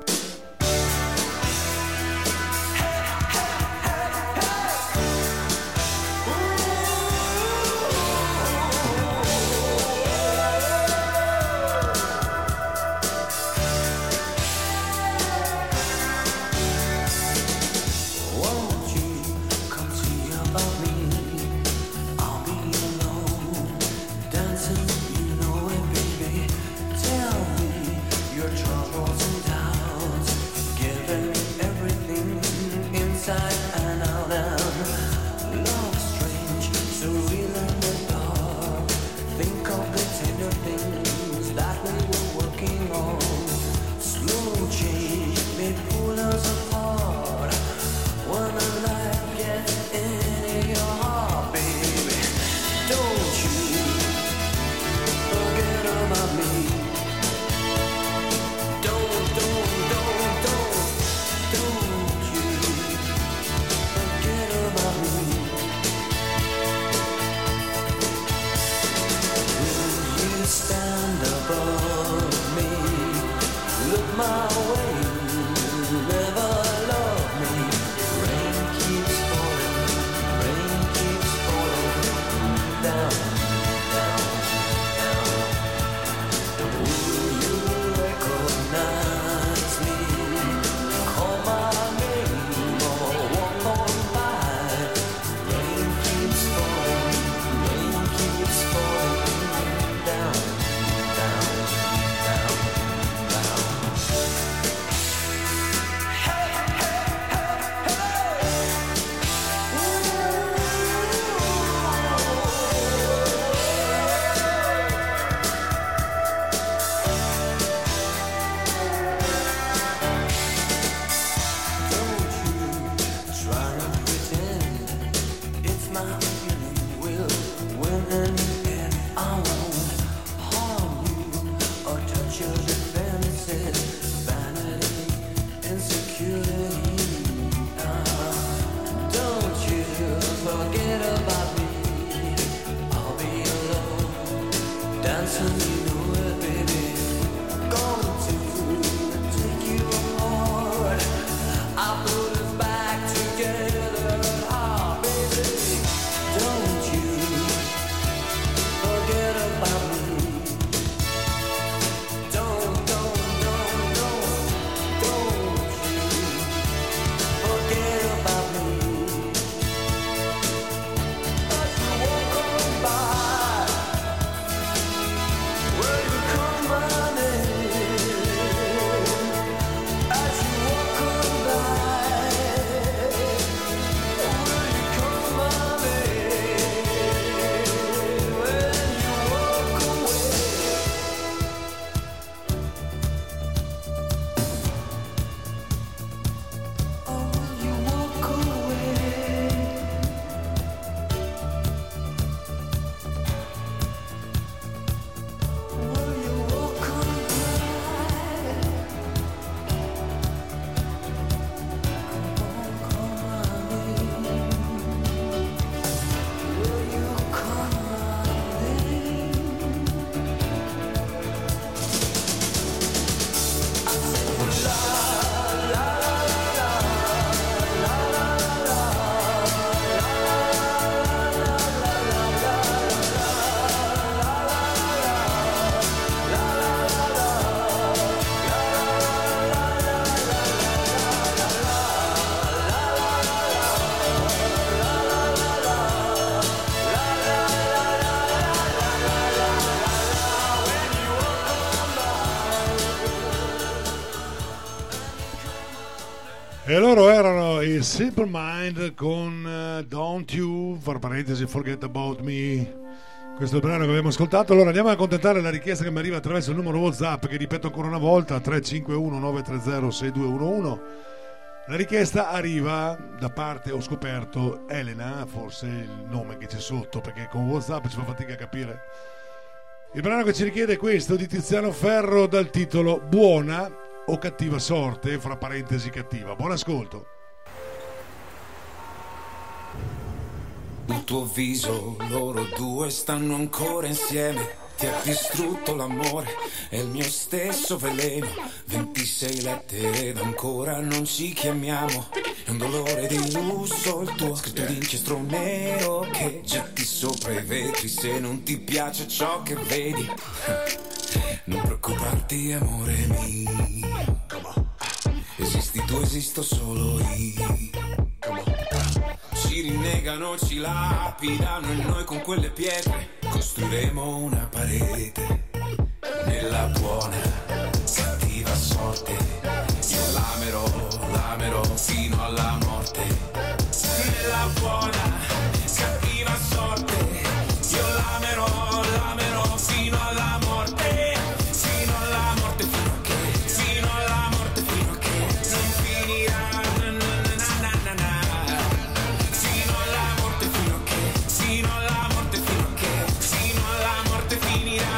Won't you come see about me? I'll be alone, dancing, you know it, baby. Tell me your troubles and doubts, giving me everything inside and out. And love strange, so real in the dark. Think of the tender things that we were working on. Slow change may pull us apart. When the light gets into your heart, baby, don't you forget about me. Don't you forget about me. Will you stand above me? Look my way, never love me. Rain keeps falling down, down, down. Will you recognize me? Call my name or walk on by. Rain keeps falling down, down, down, down. Try to pretend it's my feeling. Will win in the end. I won't harm you or touch your defenses. Vanity, insecurity. Don't you forget about me. I'll be alone, dancing, you know it, baby. Going to take you apart. I put us back together. Ah, baby, don't you forget about me. Don't you forget about me. As you walk on by, will you call my name? As you walk on by, will you call my name? When you walk away. Oh, you walk away. Will you walk on E loro erano i Simple Mind con Don't You, fra parentesi, Forget About Me. Questo è il brano che abbiamo ascoltato. Allora andiamo a accontentare la richiesta che mi arriva attraverso il numero WhatsApp, che ripeto ancora una volta, 351 930 6211. La richiesta arriva da parte, ho scoperto, Elena, forse il nome che c'è sotto, perché con WhatsApp ci fa fatica a capire. Il brano che ci richiede è questo, di Tiziano Ferro, dal titolo Buona o cattiva sorte, fra parentesi cattiva. Buon ascolto. Buona sul tuo viso, loro due stanno ancora insieme. Ti ha distrutto l'amore e il mio stesso veleno. 26 lettere ed ancora non ci chiamiamo. È un dolore di lusso il tuo, scritto d'inchiostro nero che getti sopra i vetri se non ti piace ciò che vedi. Non preoccuparti amore mio, esisti tu, esisto solo io. Ci rinnegano, ci lapidano e noi con quelle pietre costruiremo una parete. Nella buona, cattiva sorte io l'amerò fino alla morte. Nella buona, cattiva sorte io l'amerò fino alla morte. Fino alla morte, fino a che, fino alla morte, fino a che non finirà. Fino alla morte, fino a che, fino alla morte, fino a che, fino alla morte finirà.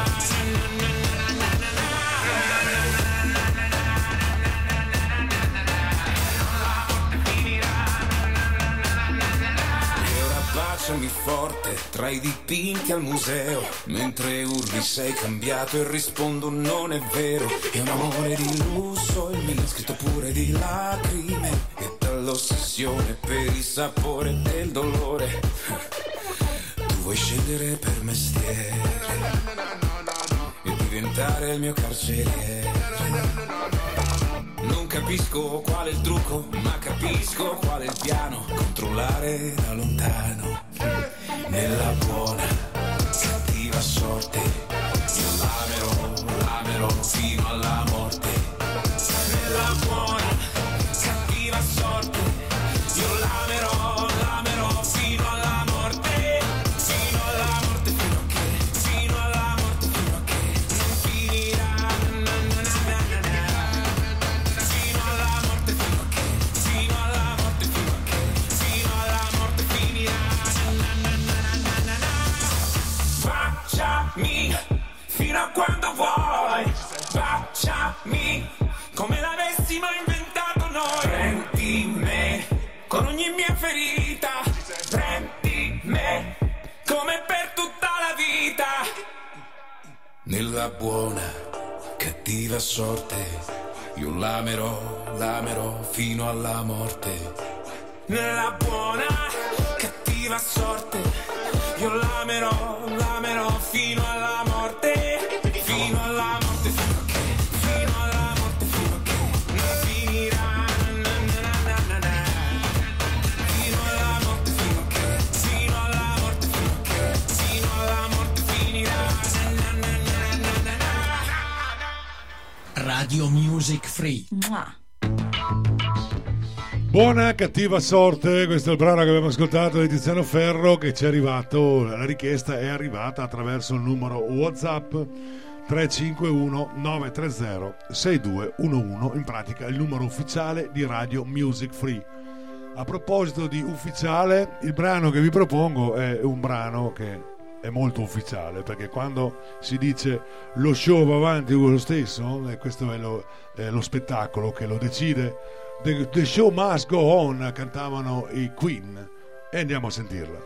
E ora baciami forte tra i dipinti al museo, mentre urli sei cambiato e rispondo non è vero. È un amore di lusso il mio, scritto pure di lacrime e dall'ossessione per il sapore del dolore. Tu vuoi scegliere per mestiere e diventare il mio carceriere. Non capisco qual è il trucco, ma capisco qual è il piano. Controllare da lontano. Nella buona, cattiva sorte io l'amerò fino alla morte. Nella buona, cattiva sorte io l'amerò fino alla morte. Fino alla morte, fino a che, fino alla morte, fino a che non finirà. Fino alla morte, fino a che, fino alla morte, fino a che, fino alla morte finirà. Baciami fino a quando vuoi, baciami come l'avessimo inventato noi. Prendi me con ogni mia ferita, prendi me come per tutta la vita. Nella buona, cattiva sorte io l'amerò fino alla morte. Nella buona, cattiva sorte io l'amerò fino alla morte. Fino alla morte, fino a che, fino alla morte, fino a che non finirà. Fino alla morte, fino a che, fino alla morte, fino a che, fino alla morte finirà. Radio Music Free. Buona cattiva sorte, questo è il brano che abbiamo ascoltato di Tiziano Ferro, che ci è arrivato, la richiesta è arrivata attraverso il numero WhatsApp 351 930 6211, in pratica il numero ufficiale di Radio Music Free. A proposito di ufficiale, il brano che vi propongo è un brano che è molto ufficiale, perché quando si dice lo show va avanti lo stesso, questo è lo spettacolo che lo decide. The show must go on, cantavano i Queen, e andiamo a sentirla.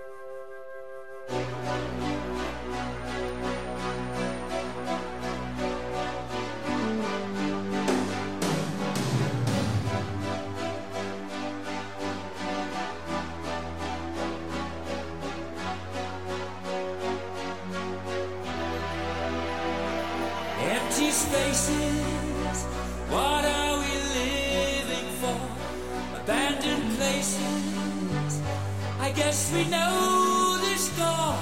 Empty spaces, what are we living for? Abandoned places, I guess we know the score.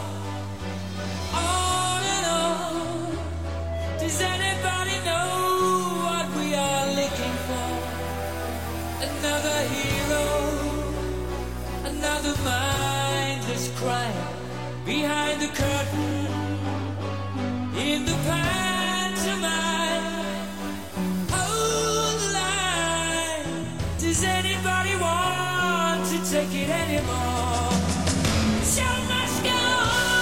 On and on, does anybody know what we are looking for? Another hero, another mindless crime, behind the curtain, in the pantomime. Hold the line, does anybody want to take it anymore? The show must go on.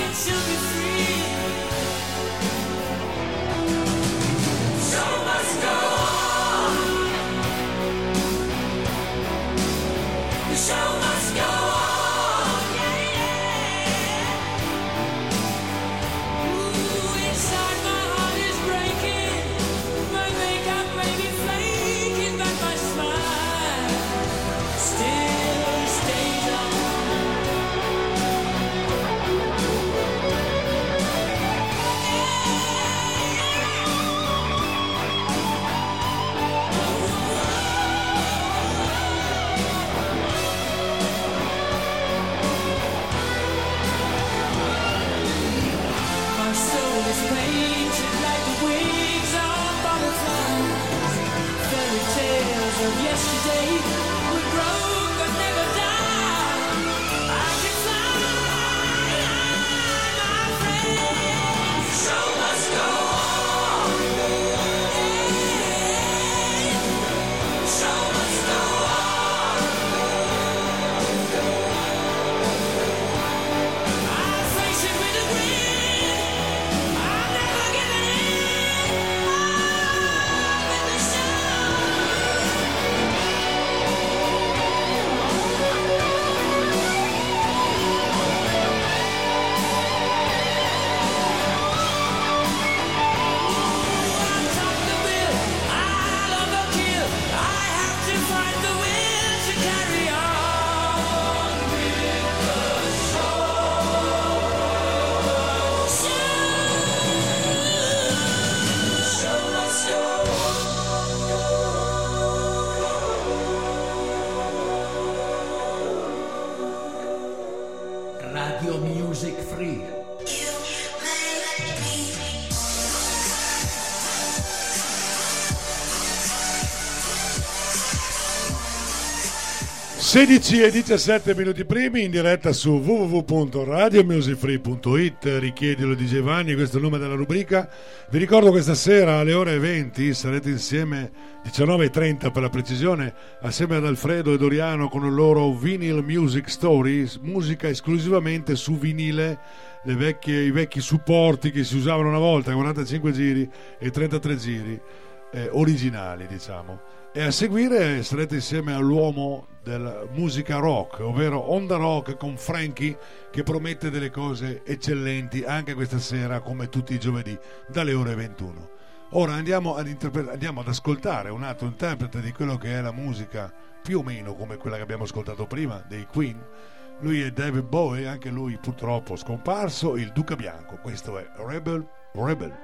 and she'll be free. Show must go on. The show must go on. Yeah, yeah. Ooh, inside my heart is breaking. My makeup may be flaking, but my smile still stays on. My soul is painted like the wings of butterflies. Fairy tales of yesterday would grow but never die. I can fly, my friend. Show must go on. Show must go on. I'll face it with a grin. I'm never giving in. Let me show. Radio Music Free. 16 e 17 minuti primi in diretta su www.radiomusicfree.it. Richiedilo di Giovanni, questo è il nome della rubrica. Vi ricordo questa sera alle ore 20 sarete insieme, 19:30 per la precisione, assieme ad Alfredo e Doriano con il loro Vinyl Music Stories, musica esclusivamente su vinile, i vecchi supporti che si usavano una volta, 45 giri e 33 giri originali, diciamo. E a seguire sarete insieme all'uomo della musica rock, ovvero Onda Rock con Frankie, che promette delle cose eccellenti anche questa sera, come tutti i giovedì dalle ore 21. Ora andiamo ad ascoltare un altro interprete di quello che è la musica più o meno come quella che abbiamo ascoltato prima, dei Queen. Lui è David Bowie, anche lui purtroppo scomparso, il Duca Bianco. Questo è Rebel Rebel.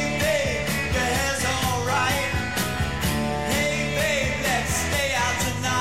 Tonight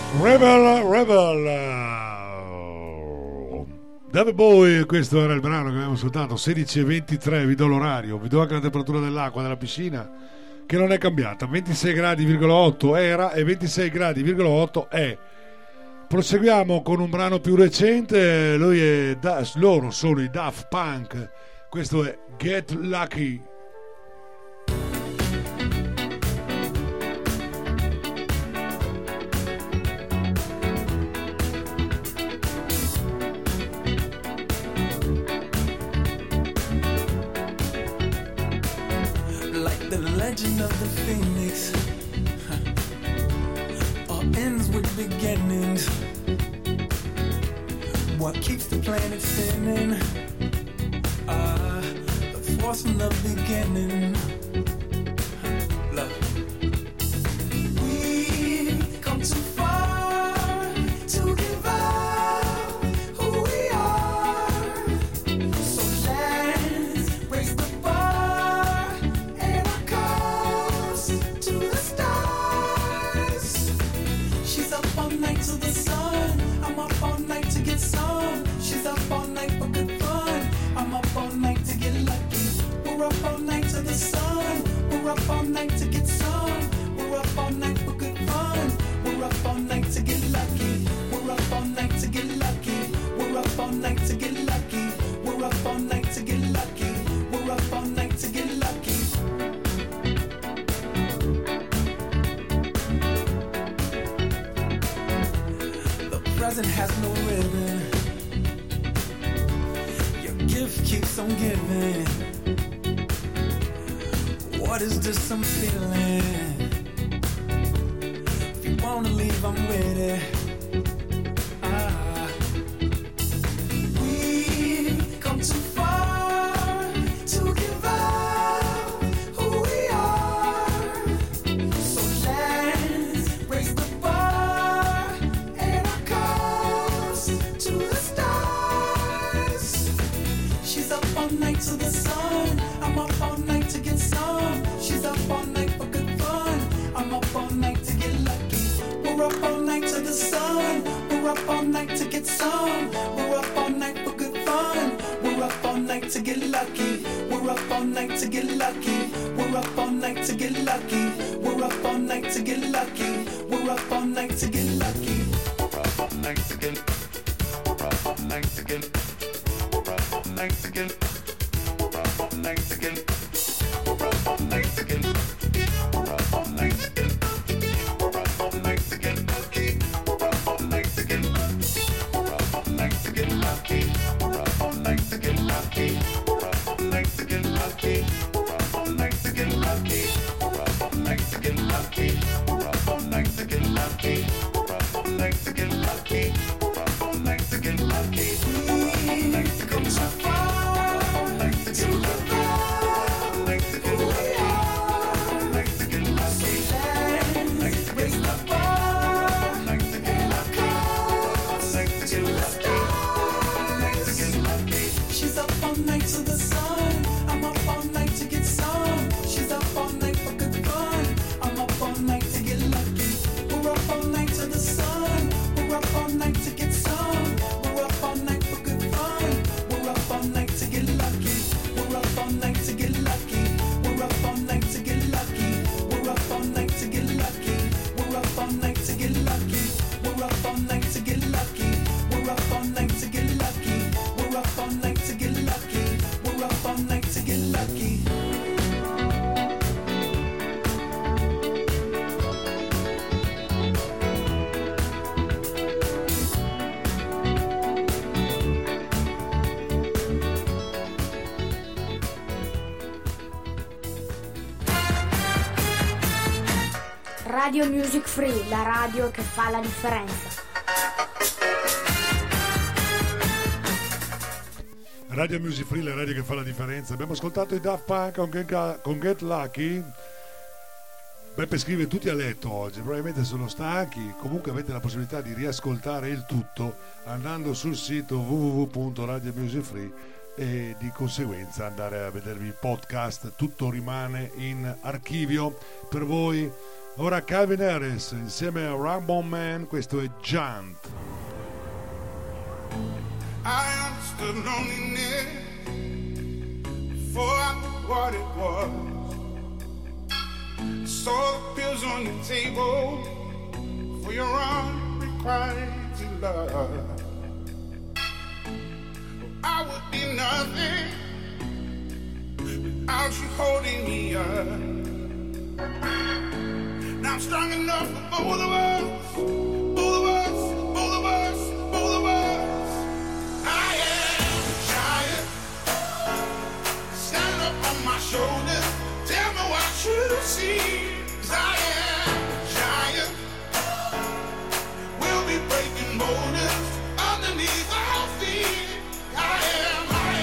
David Bowie, questo era il brano che abbiamo ascoltato. 16:23, vi do l'orario, vi do anche la temperatura dell'acqua della piscina che non è cambiata, 26,8 era e 26,8 è. Proseguiamo con un brano più recente, loro sono i Daft Punk, questo è Get Lucky. Like the legend of the phoenix, all ends with beginnings. What keeps the planet spinning? The force from the beginning. Love. We've come too far to give up who we are. So let's raise the bar and our cups to the stars. She's up all night to the sun. I'm up all night to get some. She's up all night for good fun. I'm up all night to get lucky. We're up all night to the sun. We're up all night to get some. We're up all night for good fun. We're up all night to get lucky. We're up all night to get lucky. We're up all night to get lucky. We're up all night to get lucky. We're up all night to get lucky. The present has no ribbon. Your gift keeps on giving. What is this I'm feeling? If you wanna leave, I'm with it. We've come too far to give up who we are. So let's raise the bar and our cups to the stars. She's up all night to the sun. I'm up all night to get some. She's up all night for good fun. I'm up all night to get lucky. We're up all night to the sun. We're up all night to get some. We're up all night for good fun. We're up all night to get lucky. We're up all night to get lucky. We're up all night to get lucky. We're up all night to get lucky. We're up all night to get lucky. We're up all night to get. We're up all night to get. We're up all night to get. We're up all night to get. We're up all night to get. We're up all night to get. We're up all night to get lucky. We're up all night to get. We're up all night to get lucky. We're up all night to get lucky. We're up all night to get lucky. We're up all night to get lucky. We're up all night to get lucky. We're up all night to get lucky. We're up all night to get lucky. We're up all night to get lucky. We come too far to give up who we are. So let's raise the bar and our cups to the stars. She's up all night to the sun. I'm up all night to get some. She's up all night for good fun. I'm up all night to get lucky. We're up all night to the sun. We're up all night to get some. We're up all night for good fun. We're up all night to get lucky. We're up all night to get lucky. We're up all night to get lucky. We're up all night to get lucky. We're up all night to get lucky. We're up all night to get lucky. We're up all night to get lucky. We're up all night to get lucky. We're up all night to get lucky. Radio Music Free, la radio che fa la differenza. Radio Music Free, la radio che fa la differenza. Abbiamo ascoltato i Daft Punk con Get Lucky. Beppe scrive tutti a letto oggi, probabilmente sono stanchi. Comunque avete la possibilità di riascoltare il tutto andando sul sito www.radiomusicfree e di conseguenza andare a vedervi il podcast. Tutto rimane in archivio per voi Ora Calvin Harris insieme a Rambo Man, questo è Giant. I understood loneliness before I knew what it was. Saw the pills on the table for your unrequited love. I would be nothing without you holding me up. Now I'm strong enough for both of us, both of us, both of us, both of us. I am a giant, stand up on my shoulders, tell me what you see. 'Cause I am a giant, we'll be breaking borders underneath our feet. I am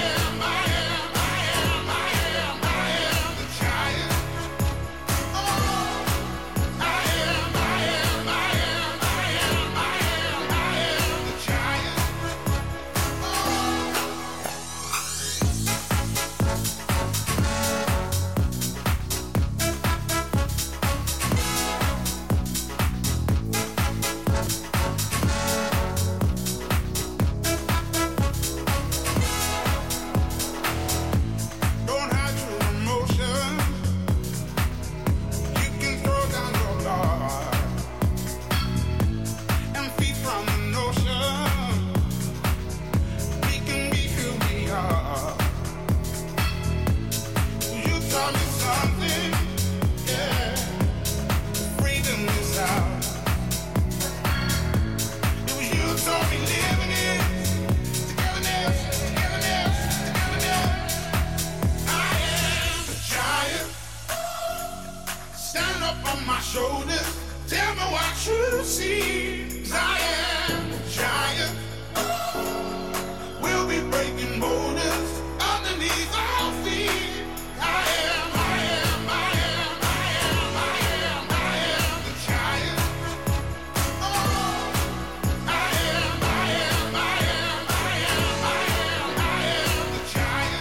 the giant. Don't hide your emotions. You can throw down your guard and feed from the notion. We can be who we are. You taught me something, yeah. Freedom is out. It was you taught me living it. Togetherness, togetherness, togetherness. I am a giant. Stand up on my shoulders. Tell me what you see. 'Cause I am a giant. We'll be breaking borders underneath our feet. I am the giant. I am the giant.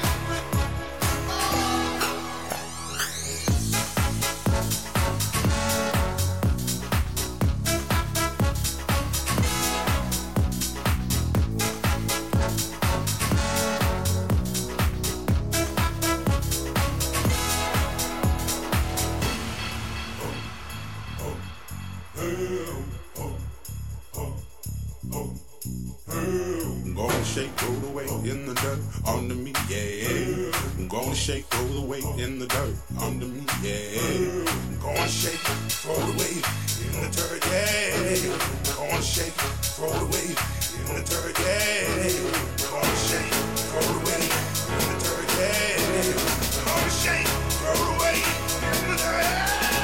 I'm gonna shake, roll the weight in the dirt under me, yeah. I'm gonna shake, roll the weight in the dirt under me, yeah. I'm gonna shake, throw the weight in the dirt, yeah. I'm gonna shake, throw the weight in the dirt, yeah. I'm gonna shake, throw the weight in the dirt, yeah. I'm gonna shake, throw the weight in the dirt.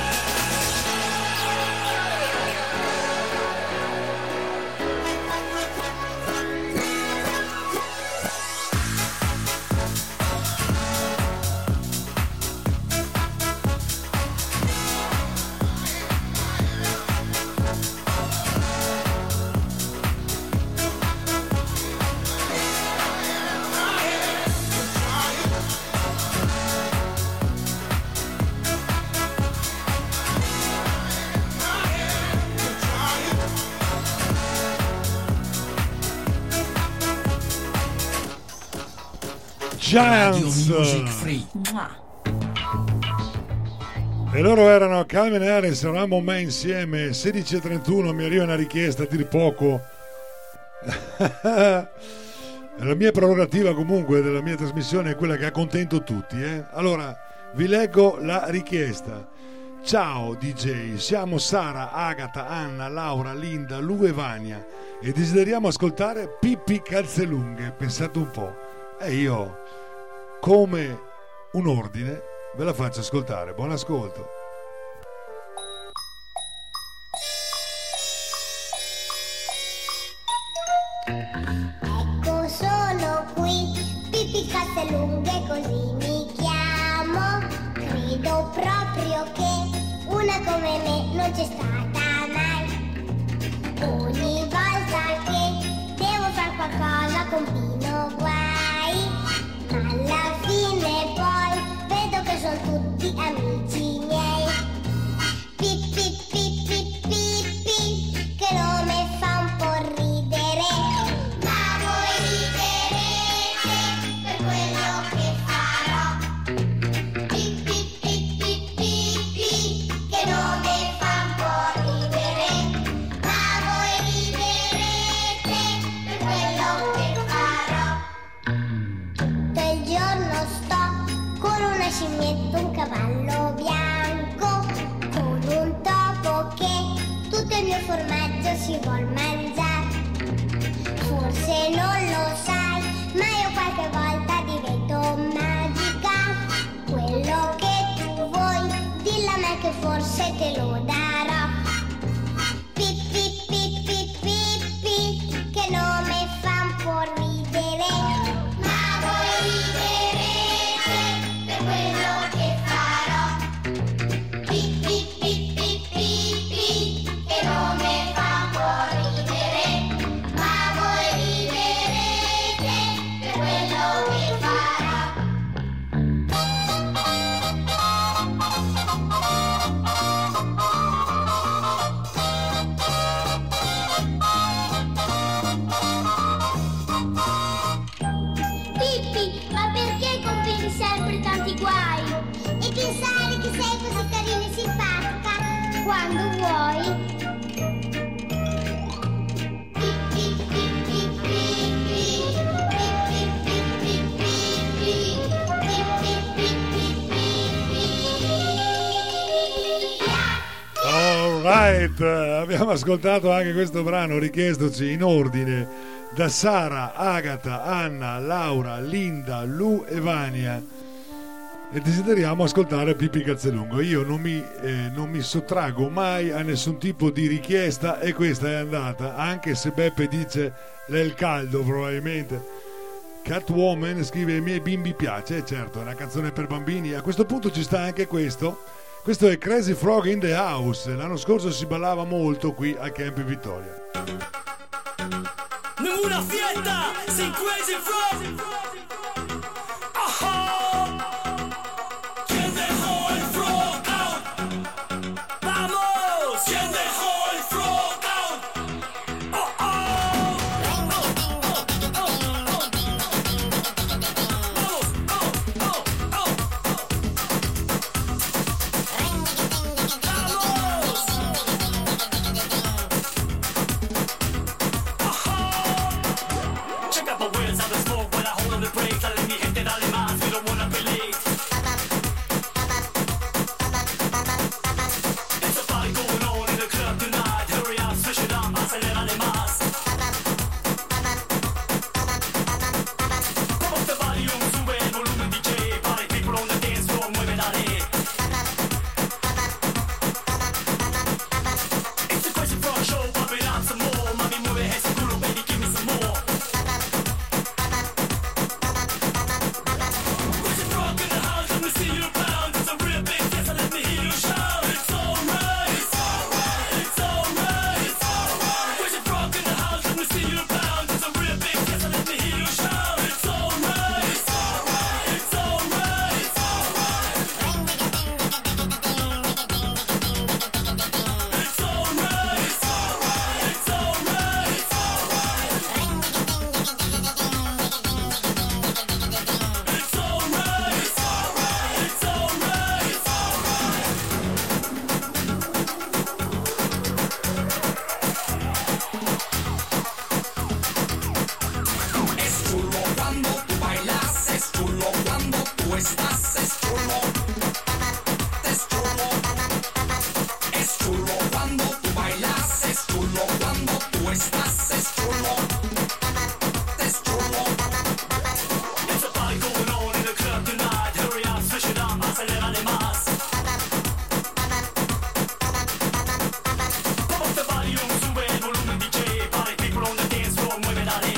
Giants. Music Free. E loro erano Calvin Harris e Rambo Man insieme. 16:31 mi arriva una richiesta a dir poco. La mia prerogativa comunque della mia trasmissione è quella che accontento tutti, Allora vi leggo la richiesta. Ciao DJ, siamo Sara, Agata, Anna, Laura, Linda, Lu e Vania e desideriamo ascoltare Pippi Calzelunghe. Pensate un po'. E io, come un ordine, ve la faccio ascoltare. Buon ascolto. Ecco sono qui, Pippi Calzelunghe così mi chiamo. Credo proprio che una come me non c'è stata mai. Ogni volta che devo far qualcosa combino guai, ma alla fine poi vedo che sono tutti amici miei. Pippi ci metto un cavallo bianco con un topo che tutto il mio formaggio si vuol mangiare. Forse non lo sai, ma io qualche volta divento magica. Quello che tu vuoi, dilla a me che forse te lo darò. Pippi, pippi, pippi, che nome fa un po' ridere. Ma voi riderete per quello che farò. Pippi, pippi, pippi, che nome fa un po' ridere. Ma voi riderete per quello che farò. Pippi, ma perché combini sempre tanti guai? E pensare che sei così carina e simpatica quando vuoi. Pippi, pippi, pippi, pippi, pippi, pippi, pippi, pippi, Alright, abbiamo ascoltato anche questo brano richiestoci in ordine da Sara, Agata, Anna, Laura, Linda, Lu e Vania, e desideriamo ascoltare Pippi Cazzalungo. Io non mi sottraggo mai a nessun tipo di richiesta e questa è andata, anche se Beppe dice l'è il caldo probabilmente. Catwoman scrive: ai miei bimbi piace, certo, è una canzone per bambini. A questo punto ci sta anche questo è Crazy Frog in the House. L'anno scorso si ballava molto qui al Camp Vittoria. Ninguna fiesta sin Crazy Frog. Ajá. ¿Quién dejó el frog out? Vamos. ¿Quién dejó el frog out? Oh oh. Check out the wheels of the smoke while I hold on the brakes. Dale mi gente, dale más, we don't wanna be late. It's a party going on in the club tonight. Hurry up, switch it up, acelérale más. Pump up the volume, sube el volumen DJ. Party people on the dance floor, mueve dale. It's the Crazy Frog Show, pump it up some more. Mami, mueve ese culo, baby, give me some more. Crazy Frog in the house, let me see you pound. It's a real big dance, so let me hear you shout. It's alright, it's alright, it's alright, it's alright. Crazy Frog in the house, let me see you pound. It's a real big dance, so let me hear you shout. It's alright, it's alright, it's alright, it's alright. It's alright, it's alright, it's alright, it's alright. It's alright, it's alright, it's alright, it's alright. Es chulo cuando tú bailas, es chulo cuando tú estás, es chulo. Es chulo. Es chulo cuando tú bailas, es chulo cuando tú estás, es chulo. Es chulo. It's a party going on in the club tonight. Hurry up, switch it up, acelérale más. Pump up the volume, sube el volumen DJ. Party people on the dance floor, mueve dale.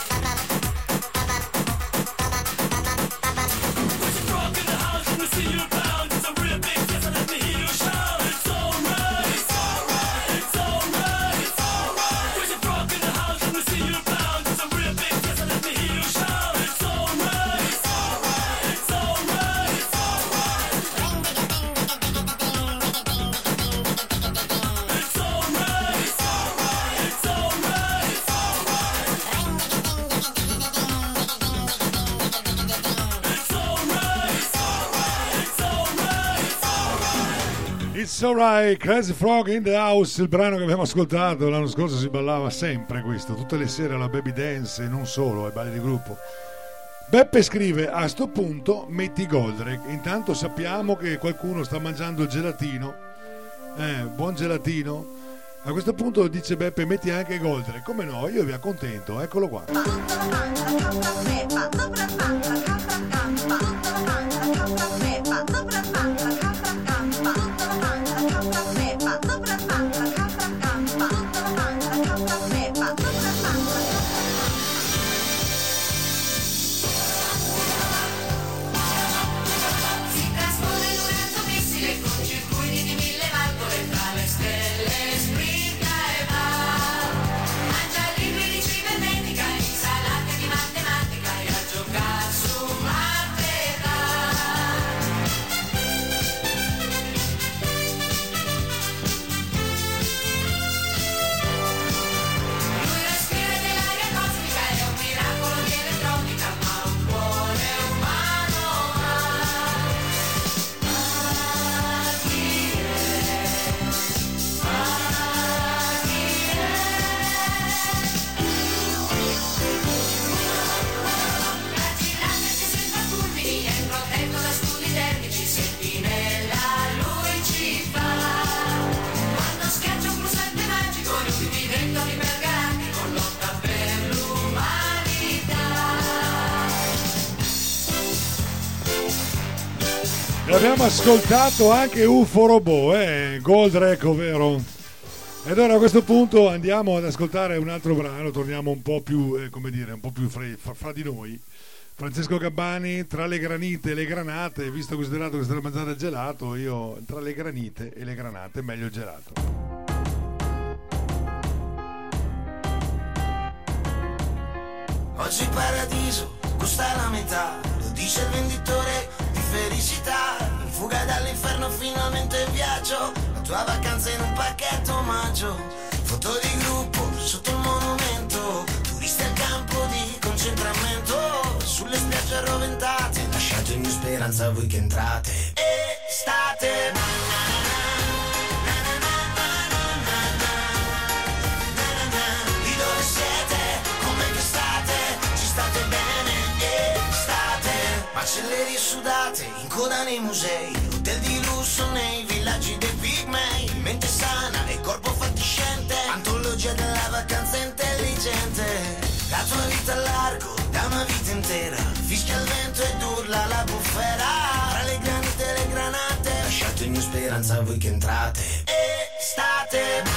Crazy Frog in the house, let me see you pound. It's a real big dance, so let me hear you shout. It's alright, it's alright, it's alright, it's alright. Crazy Frog in the house, let me see you pound. It's a real big dance, so let me hear you shout. It's alright, it's alright, it's alright, it's alright. It's alright, it's alright, it's alright, it's alright. It's alright, Crazy Frog in the House, il brano che abbiamo ascoltato l'anno scorso. Si ballava sempre questo, tutte le sere alla Baby Dance e non solo, ai balli di gruppo. Beppe scrive: a sto punto metti Goldrake. Intanto sappiamo che qualcuno sta mangiando il gelatino. Buon gelatino. A questo punto dice Beppe: metti anche Goldrake. Come no, io vi accontento, eccolo qua. Si trasforma in un razzo missile con circuiti di 1000 valvole tra le stelle, sprinta e va. Mangia libri di cibernetica, insalate di matematica e a giocare su Marte va. Lui respira dell'aria cosmica, è un miracolo di elettronica, ma un cuore umano ha. Ragginante senza fulmini, è protetto da studi termici, sentinella lui ci fa. Quando schiaccia un pulsante magico, lui diventa un ipergalattico, lotta per l'umanità. E abbiamo ascoltato anche UFO Robot, Goldrake, ovvero. Ed ora a questo punto andiamo ad ascoltare un altro brano, torniamo un po' più, come dire, un po' più fra di noi. Francesco Gabbani, tra le granite e le granate, visto considerato che stai mangiando il gelato, io tra le granite e le granate meglio il gelato. Oggi paradiso costa la metà, lo dice il venditore di felicità. In fuga dall'inferno finalmente in viaggio, la tua vacanza in un pacchetto omaggio. Foto di gruppo sotto il monumento, turisti al campo di concentramento. Sulle spiagge arroventate, lasciate ogni speranza a voi che entrate. Estate. Di dove siete? Come che state? Ci state bene? State. Macellerie sudate, in coda nei musei, hotel di lusso nei villaggi dei pigmei. Mente sana e corpo fatiscente, antologia della vacanza intelligente. La tua vita a largo, da una vita intera, fischia il vento ed urla la bufera. Tra le granite e le granate, lasciate ogni speranza a voi che entrate. Estate.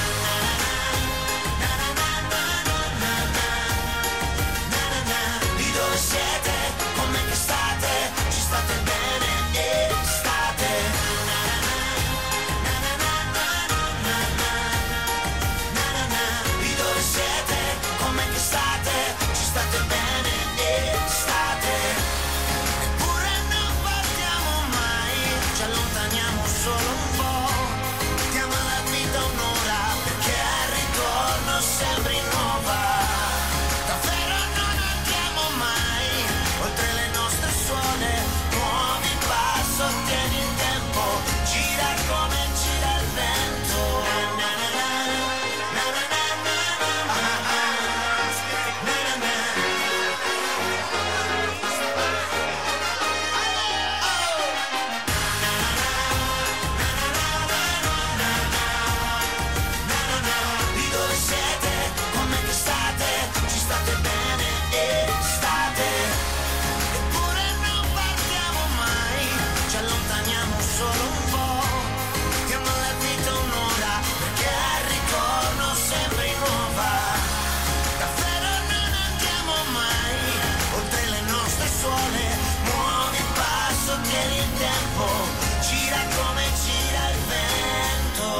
Di dove siete? Come che state? Ci state bene? Estate. Di dove siete? Come che state? Ci state bene? Estate. Eppure non partiamo mai, ci allontaniamo solo un po'. Diamo alla vita un'ora, perché al ritorno sembri nuova. Davvero non andiamo mai, oltre le nostre suole. Muovi il passo, tieni il tempo, gira come gira il vento. Di dove siete? Come che state? Ci state bene? Estate. Eppure non partiamo mai, ci allontaniamo solo un po'. Diamo alla vita un'ora, perché al ritorno sembri nuova. Davvero non andiamo mai, oltre le nostre suole. Muovi il passo, tieni il tempo, gira come gira il vento.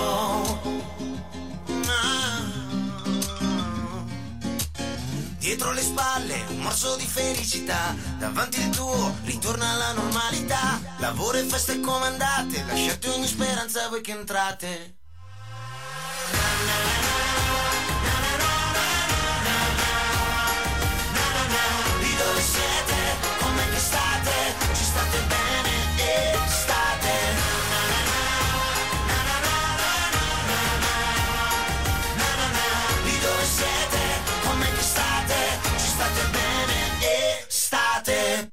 Dietro le spalle un morso di felicità, davanti il tuo ritorna alla normalità. Lavoro e feste comandate, lasciate ogni speranza a voi che entrate. Di dove siete? Come che state? Ci state bene? Estate. Di dove siete? Come che state? Ci state bene? Estate.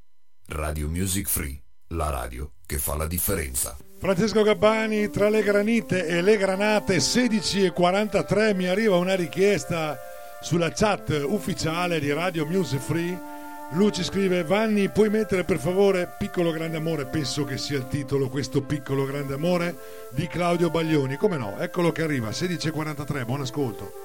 Radio Music Free, la radio che fa la differenza. Francesco Gabbani, tra le granite e le granate, 16:43. Mi arriva una richiesta sulla chat ufficiale di Radio Music Free. Luci scrive: Vanni, puoi mettere per favore Piccolo Grande Amore? Penso che sia il titolo, questo Piccolo Grande Amore di Claudio Baglioni. Come no, eccolo che arriva, 16:43, buon ascolto.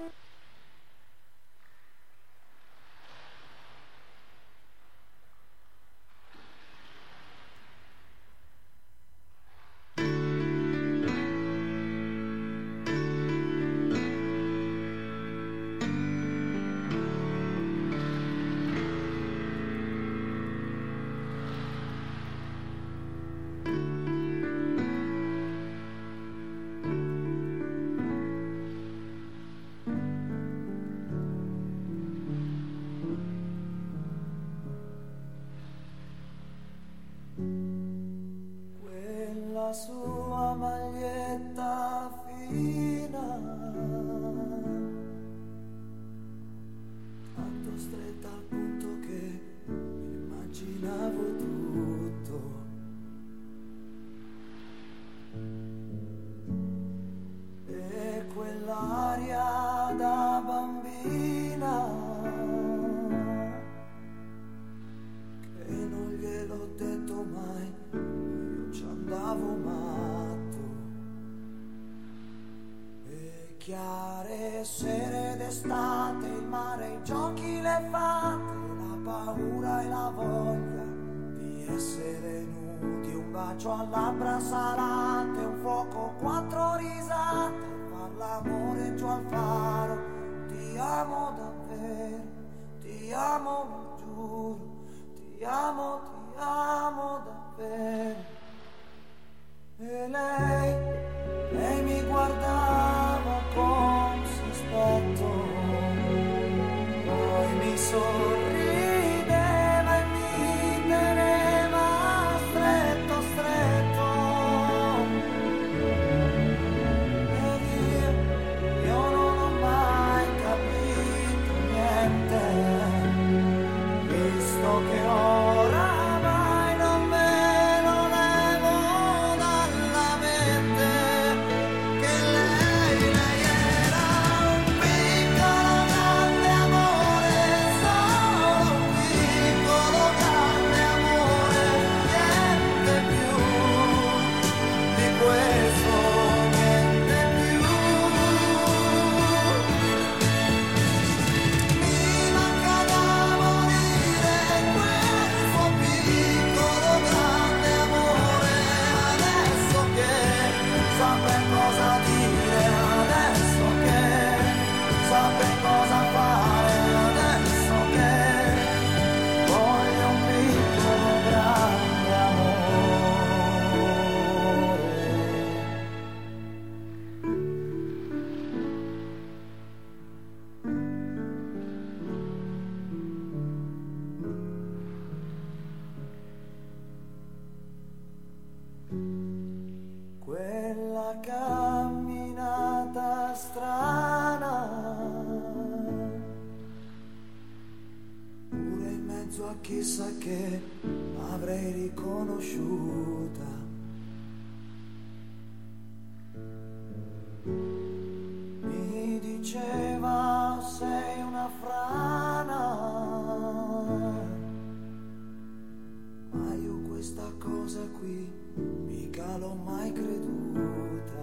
Quella sua maglietta fina, tanto stretta al punto che mi immaginavo tutto. E quell'aria da bambina che non gliel'ho detto mai, io ci andavo matto. E chiare sere d'estate, il mare, i giochi, le fate, la paura e la voglia di essere nudi, un bacio a labbra salate, un fuoco, 4 risate, far l'amore giù al faro. Ti amo davvero, ti amo, lo giuro, ti amo davvero. E lei mi guardava con sospetto, poi mi sorrideva e mi teneva stretto, stretto. Ed io non ho mai capito niente, visto che oramai non me lo levo dalla mente, che lei era un piccolo grande amore, solo un piccolo grande amore, niente più di questo, niente più. Mi manca da morire quel suo piccolo grande amore, adesso che saprei cosa dire, adesso che saprei cosa fare, adesso che voglio un piccolo grande amore. Quella camminata strana, pure in mezzo a chissà che avrei riconosciuta. Mi diceva sei una frana, ma io questa cosa qui mica l'ho mai creduta.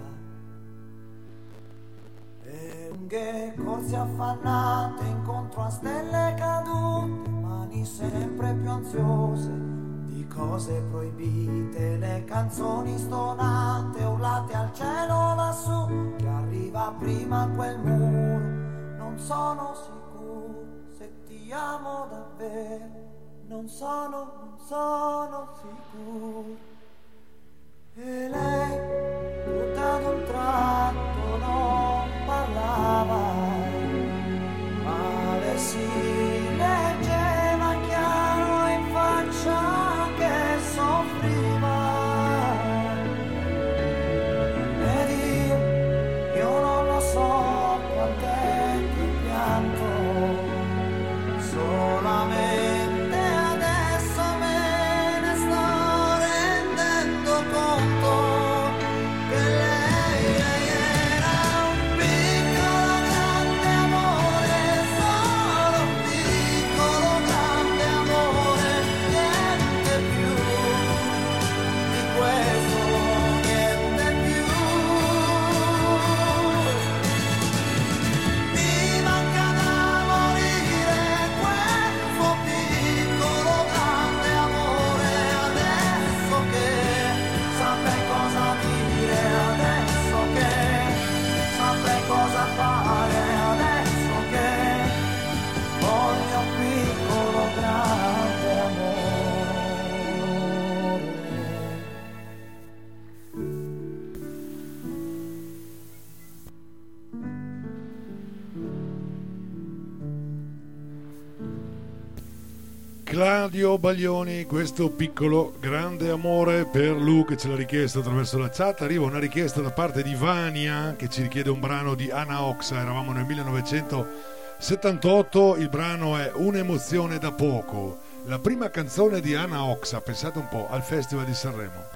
E lunghe corse affannate incontro a stelle cadute, mani sempre più ansiose di cose proibite, le canzoni stonate urlate al cielo lassù, che arriva prima quel muro. Non sono sicuro se ti amo davvero, non sono sicuro. E lei tutta ad un tratto non parlava, ma le si leggeva chiaro in faccia che soffriva. Ed io non lo so quant'è che pianto, solamente adesso me Claudio Baglioni, questo piccolo grande amore per Lu che ce l'ha richiesto attraverso la chat. Arriva una richiesta da parte di Vania che ci richiede un brano di Anna Oxa. Eravamo nel 1978, il brano è Un'emozione da poco, la prima canzone di Anna Oxa, pensate un po', al Festival di Sanremo.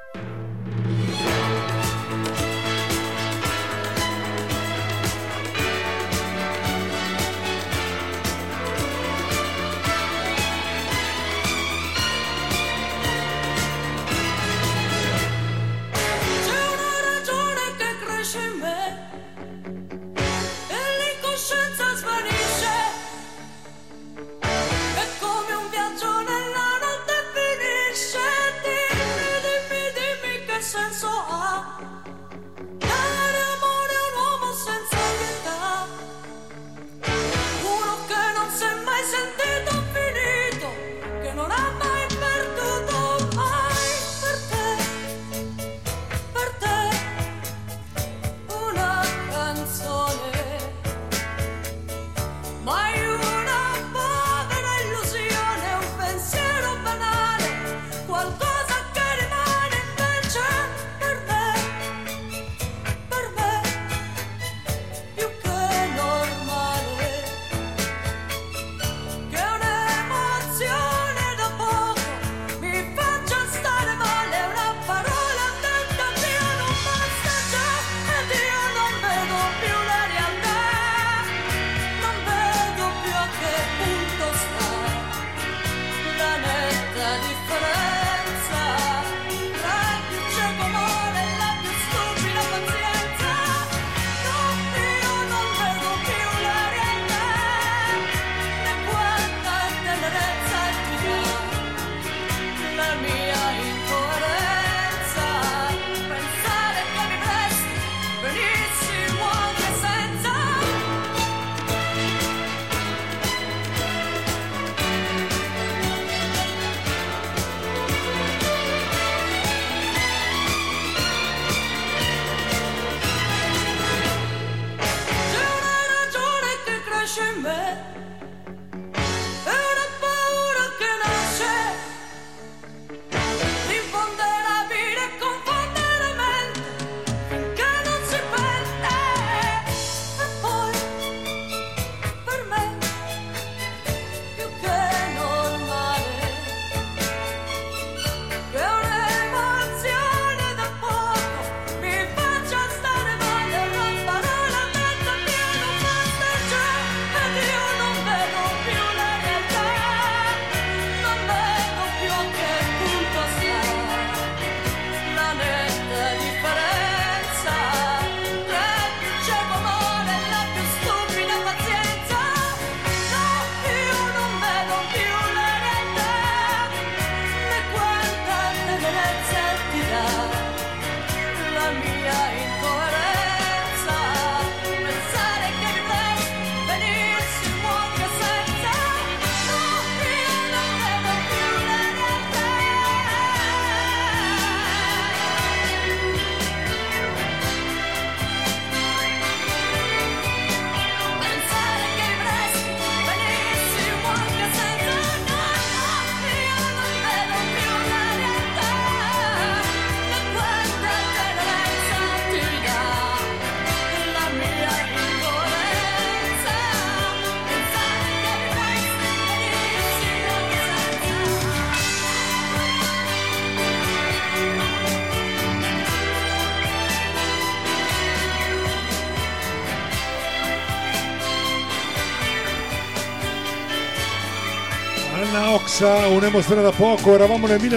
Anna Oxa, un'emozione da poco. Eravamo nel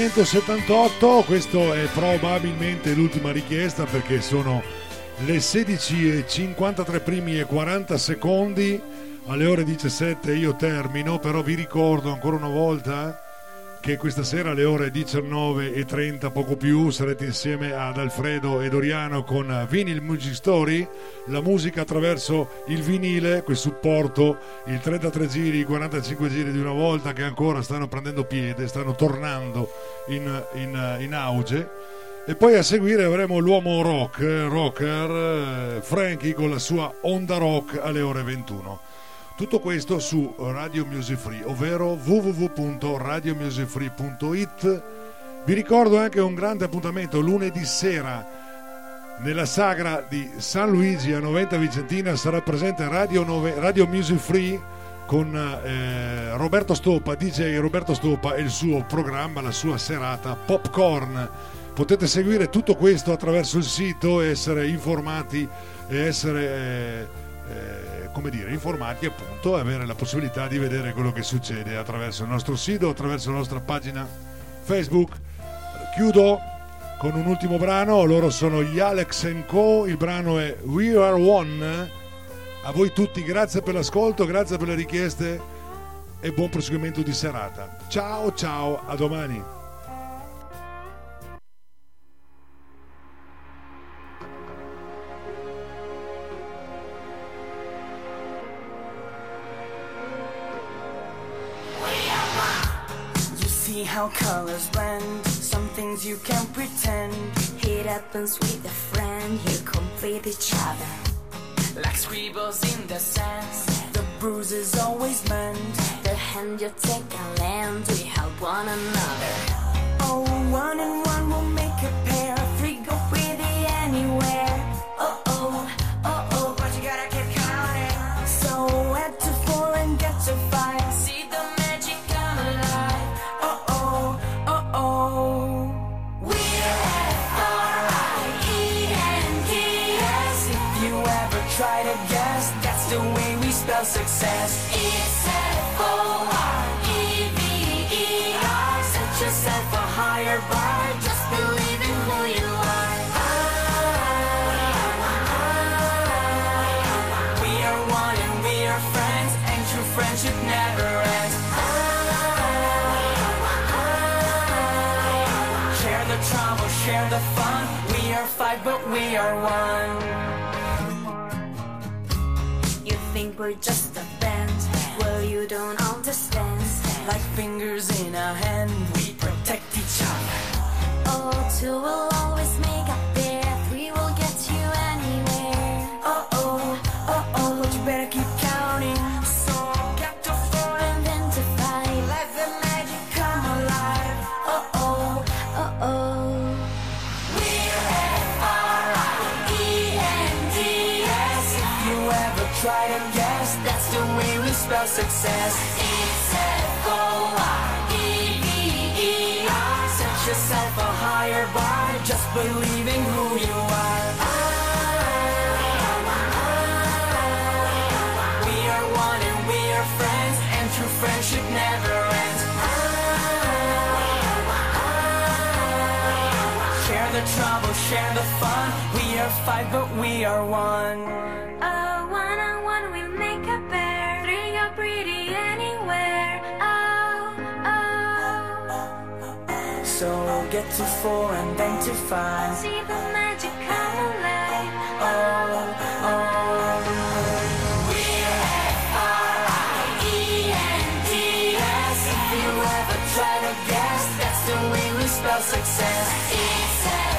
1978, questo è probabilmente l'ultima richiesta perché sono le 16:53 primi e 40 secondi, alle ore 17 io termino, però vi ricordo ancora una volta che questa sera alle ore 19:30 poco più sarete insieme ad Alfredo e Doriano con Vinyl Music Story, la musica attraverso il vinile, quel supporto, il 33 giri, i 45 giri di una volta che ancora stanno prendendo piede, stanno tornando in auge. E poi a seguire avremo l'uomo rocker Frankie con la sua Onda Rock alle ore 21. Tutto questo su Radio Music Free, ovvero www.radiomusicfree.it. Vi ricordo anche un grande appuntamento lunedì sera nella sagra di San Luigi a Noventa Vicentina. Sarà presente Radio Music Free con Roberto Stoppa, DJ Roberto Stoppa, e il suo programma, la sua serata Popcorn. Potete seguire tutto questo attraverso il sito e essere informati e essere informati, appunto, e avere la possibilità di vedere quello che succede attraverso il nostro sito, attraverso la nostra pagina Facebook. Chiudo con un ultimo brano, loro sono gli Alex & Co, il brano è We Are One. A voi tutti grazie per l'ascolto, grazie per le richieste e buon proseguimento di serata. Ciao ciao, a domani. How colors blend, some things you can't pretend. It happens with a friend, you complete each other. Like scribbles in the sand, the bruises always mend. The hand you take and lend, we help one another. Oh, one and one will make a pair. Three go with it anywhere. Oh oh, oh oh, but you gotta keep counting. So add to 4 and get to 5. See the magic come alive. Try to guess, that's the way we spell success. It's F-O-R-E-V-E-R. Set yourself a higher bar, just believe in who you are. We are one and we are friends, and true friendship never ends. Share the trouble, share the fun. We are 5 but we are one. Think we're just a band, well you don't understand. Like fingers in a hand, we protect each other. Oh, 2 will always make a pair, 3 will get you anywhere. Oh oh, oh oh, but you better keep counting. So get to 4 and then to 5. Let the magic come alive. Oh oh, oh oh. We're F-R-I-E-N-D-S. If you ever try to guess, that's the way we spell success. It's F-O-R-E-V-E-R. Set yourself a higher bar, just believe in who you are. We are one and we are friends, and true friendship never ends. Share the trouble, share the fun. We are 5 but we are one. So get to 4 and then to 5. See the magic come alive. Oh, oh. We're F-R-I-E-N-D-S. If you ever try to guess, that's the way we spell success. It's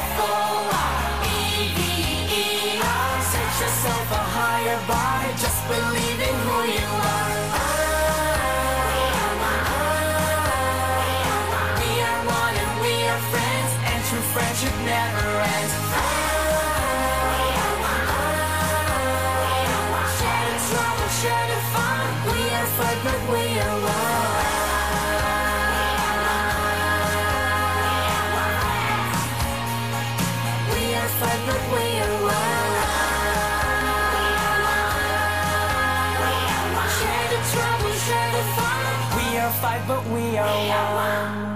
F-O-R-E-V-E-R. Set yourself a higher bar, just believe in who you are. Friendship never ends. Share the trouble, share the fun. We are 5 but we are one. We are 5 but we are one. Share the trouble, share the fun. We are 5 but we are one.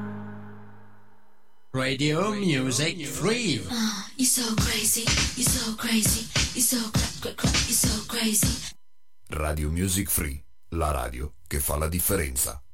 Radio Music Free. You're so crazy, you're so crazy, you're so you're so crazy. Radio Music Free, la radio che fa la differenza.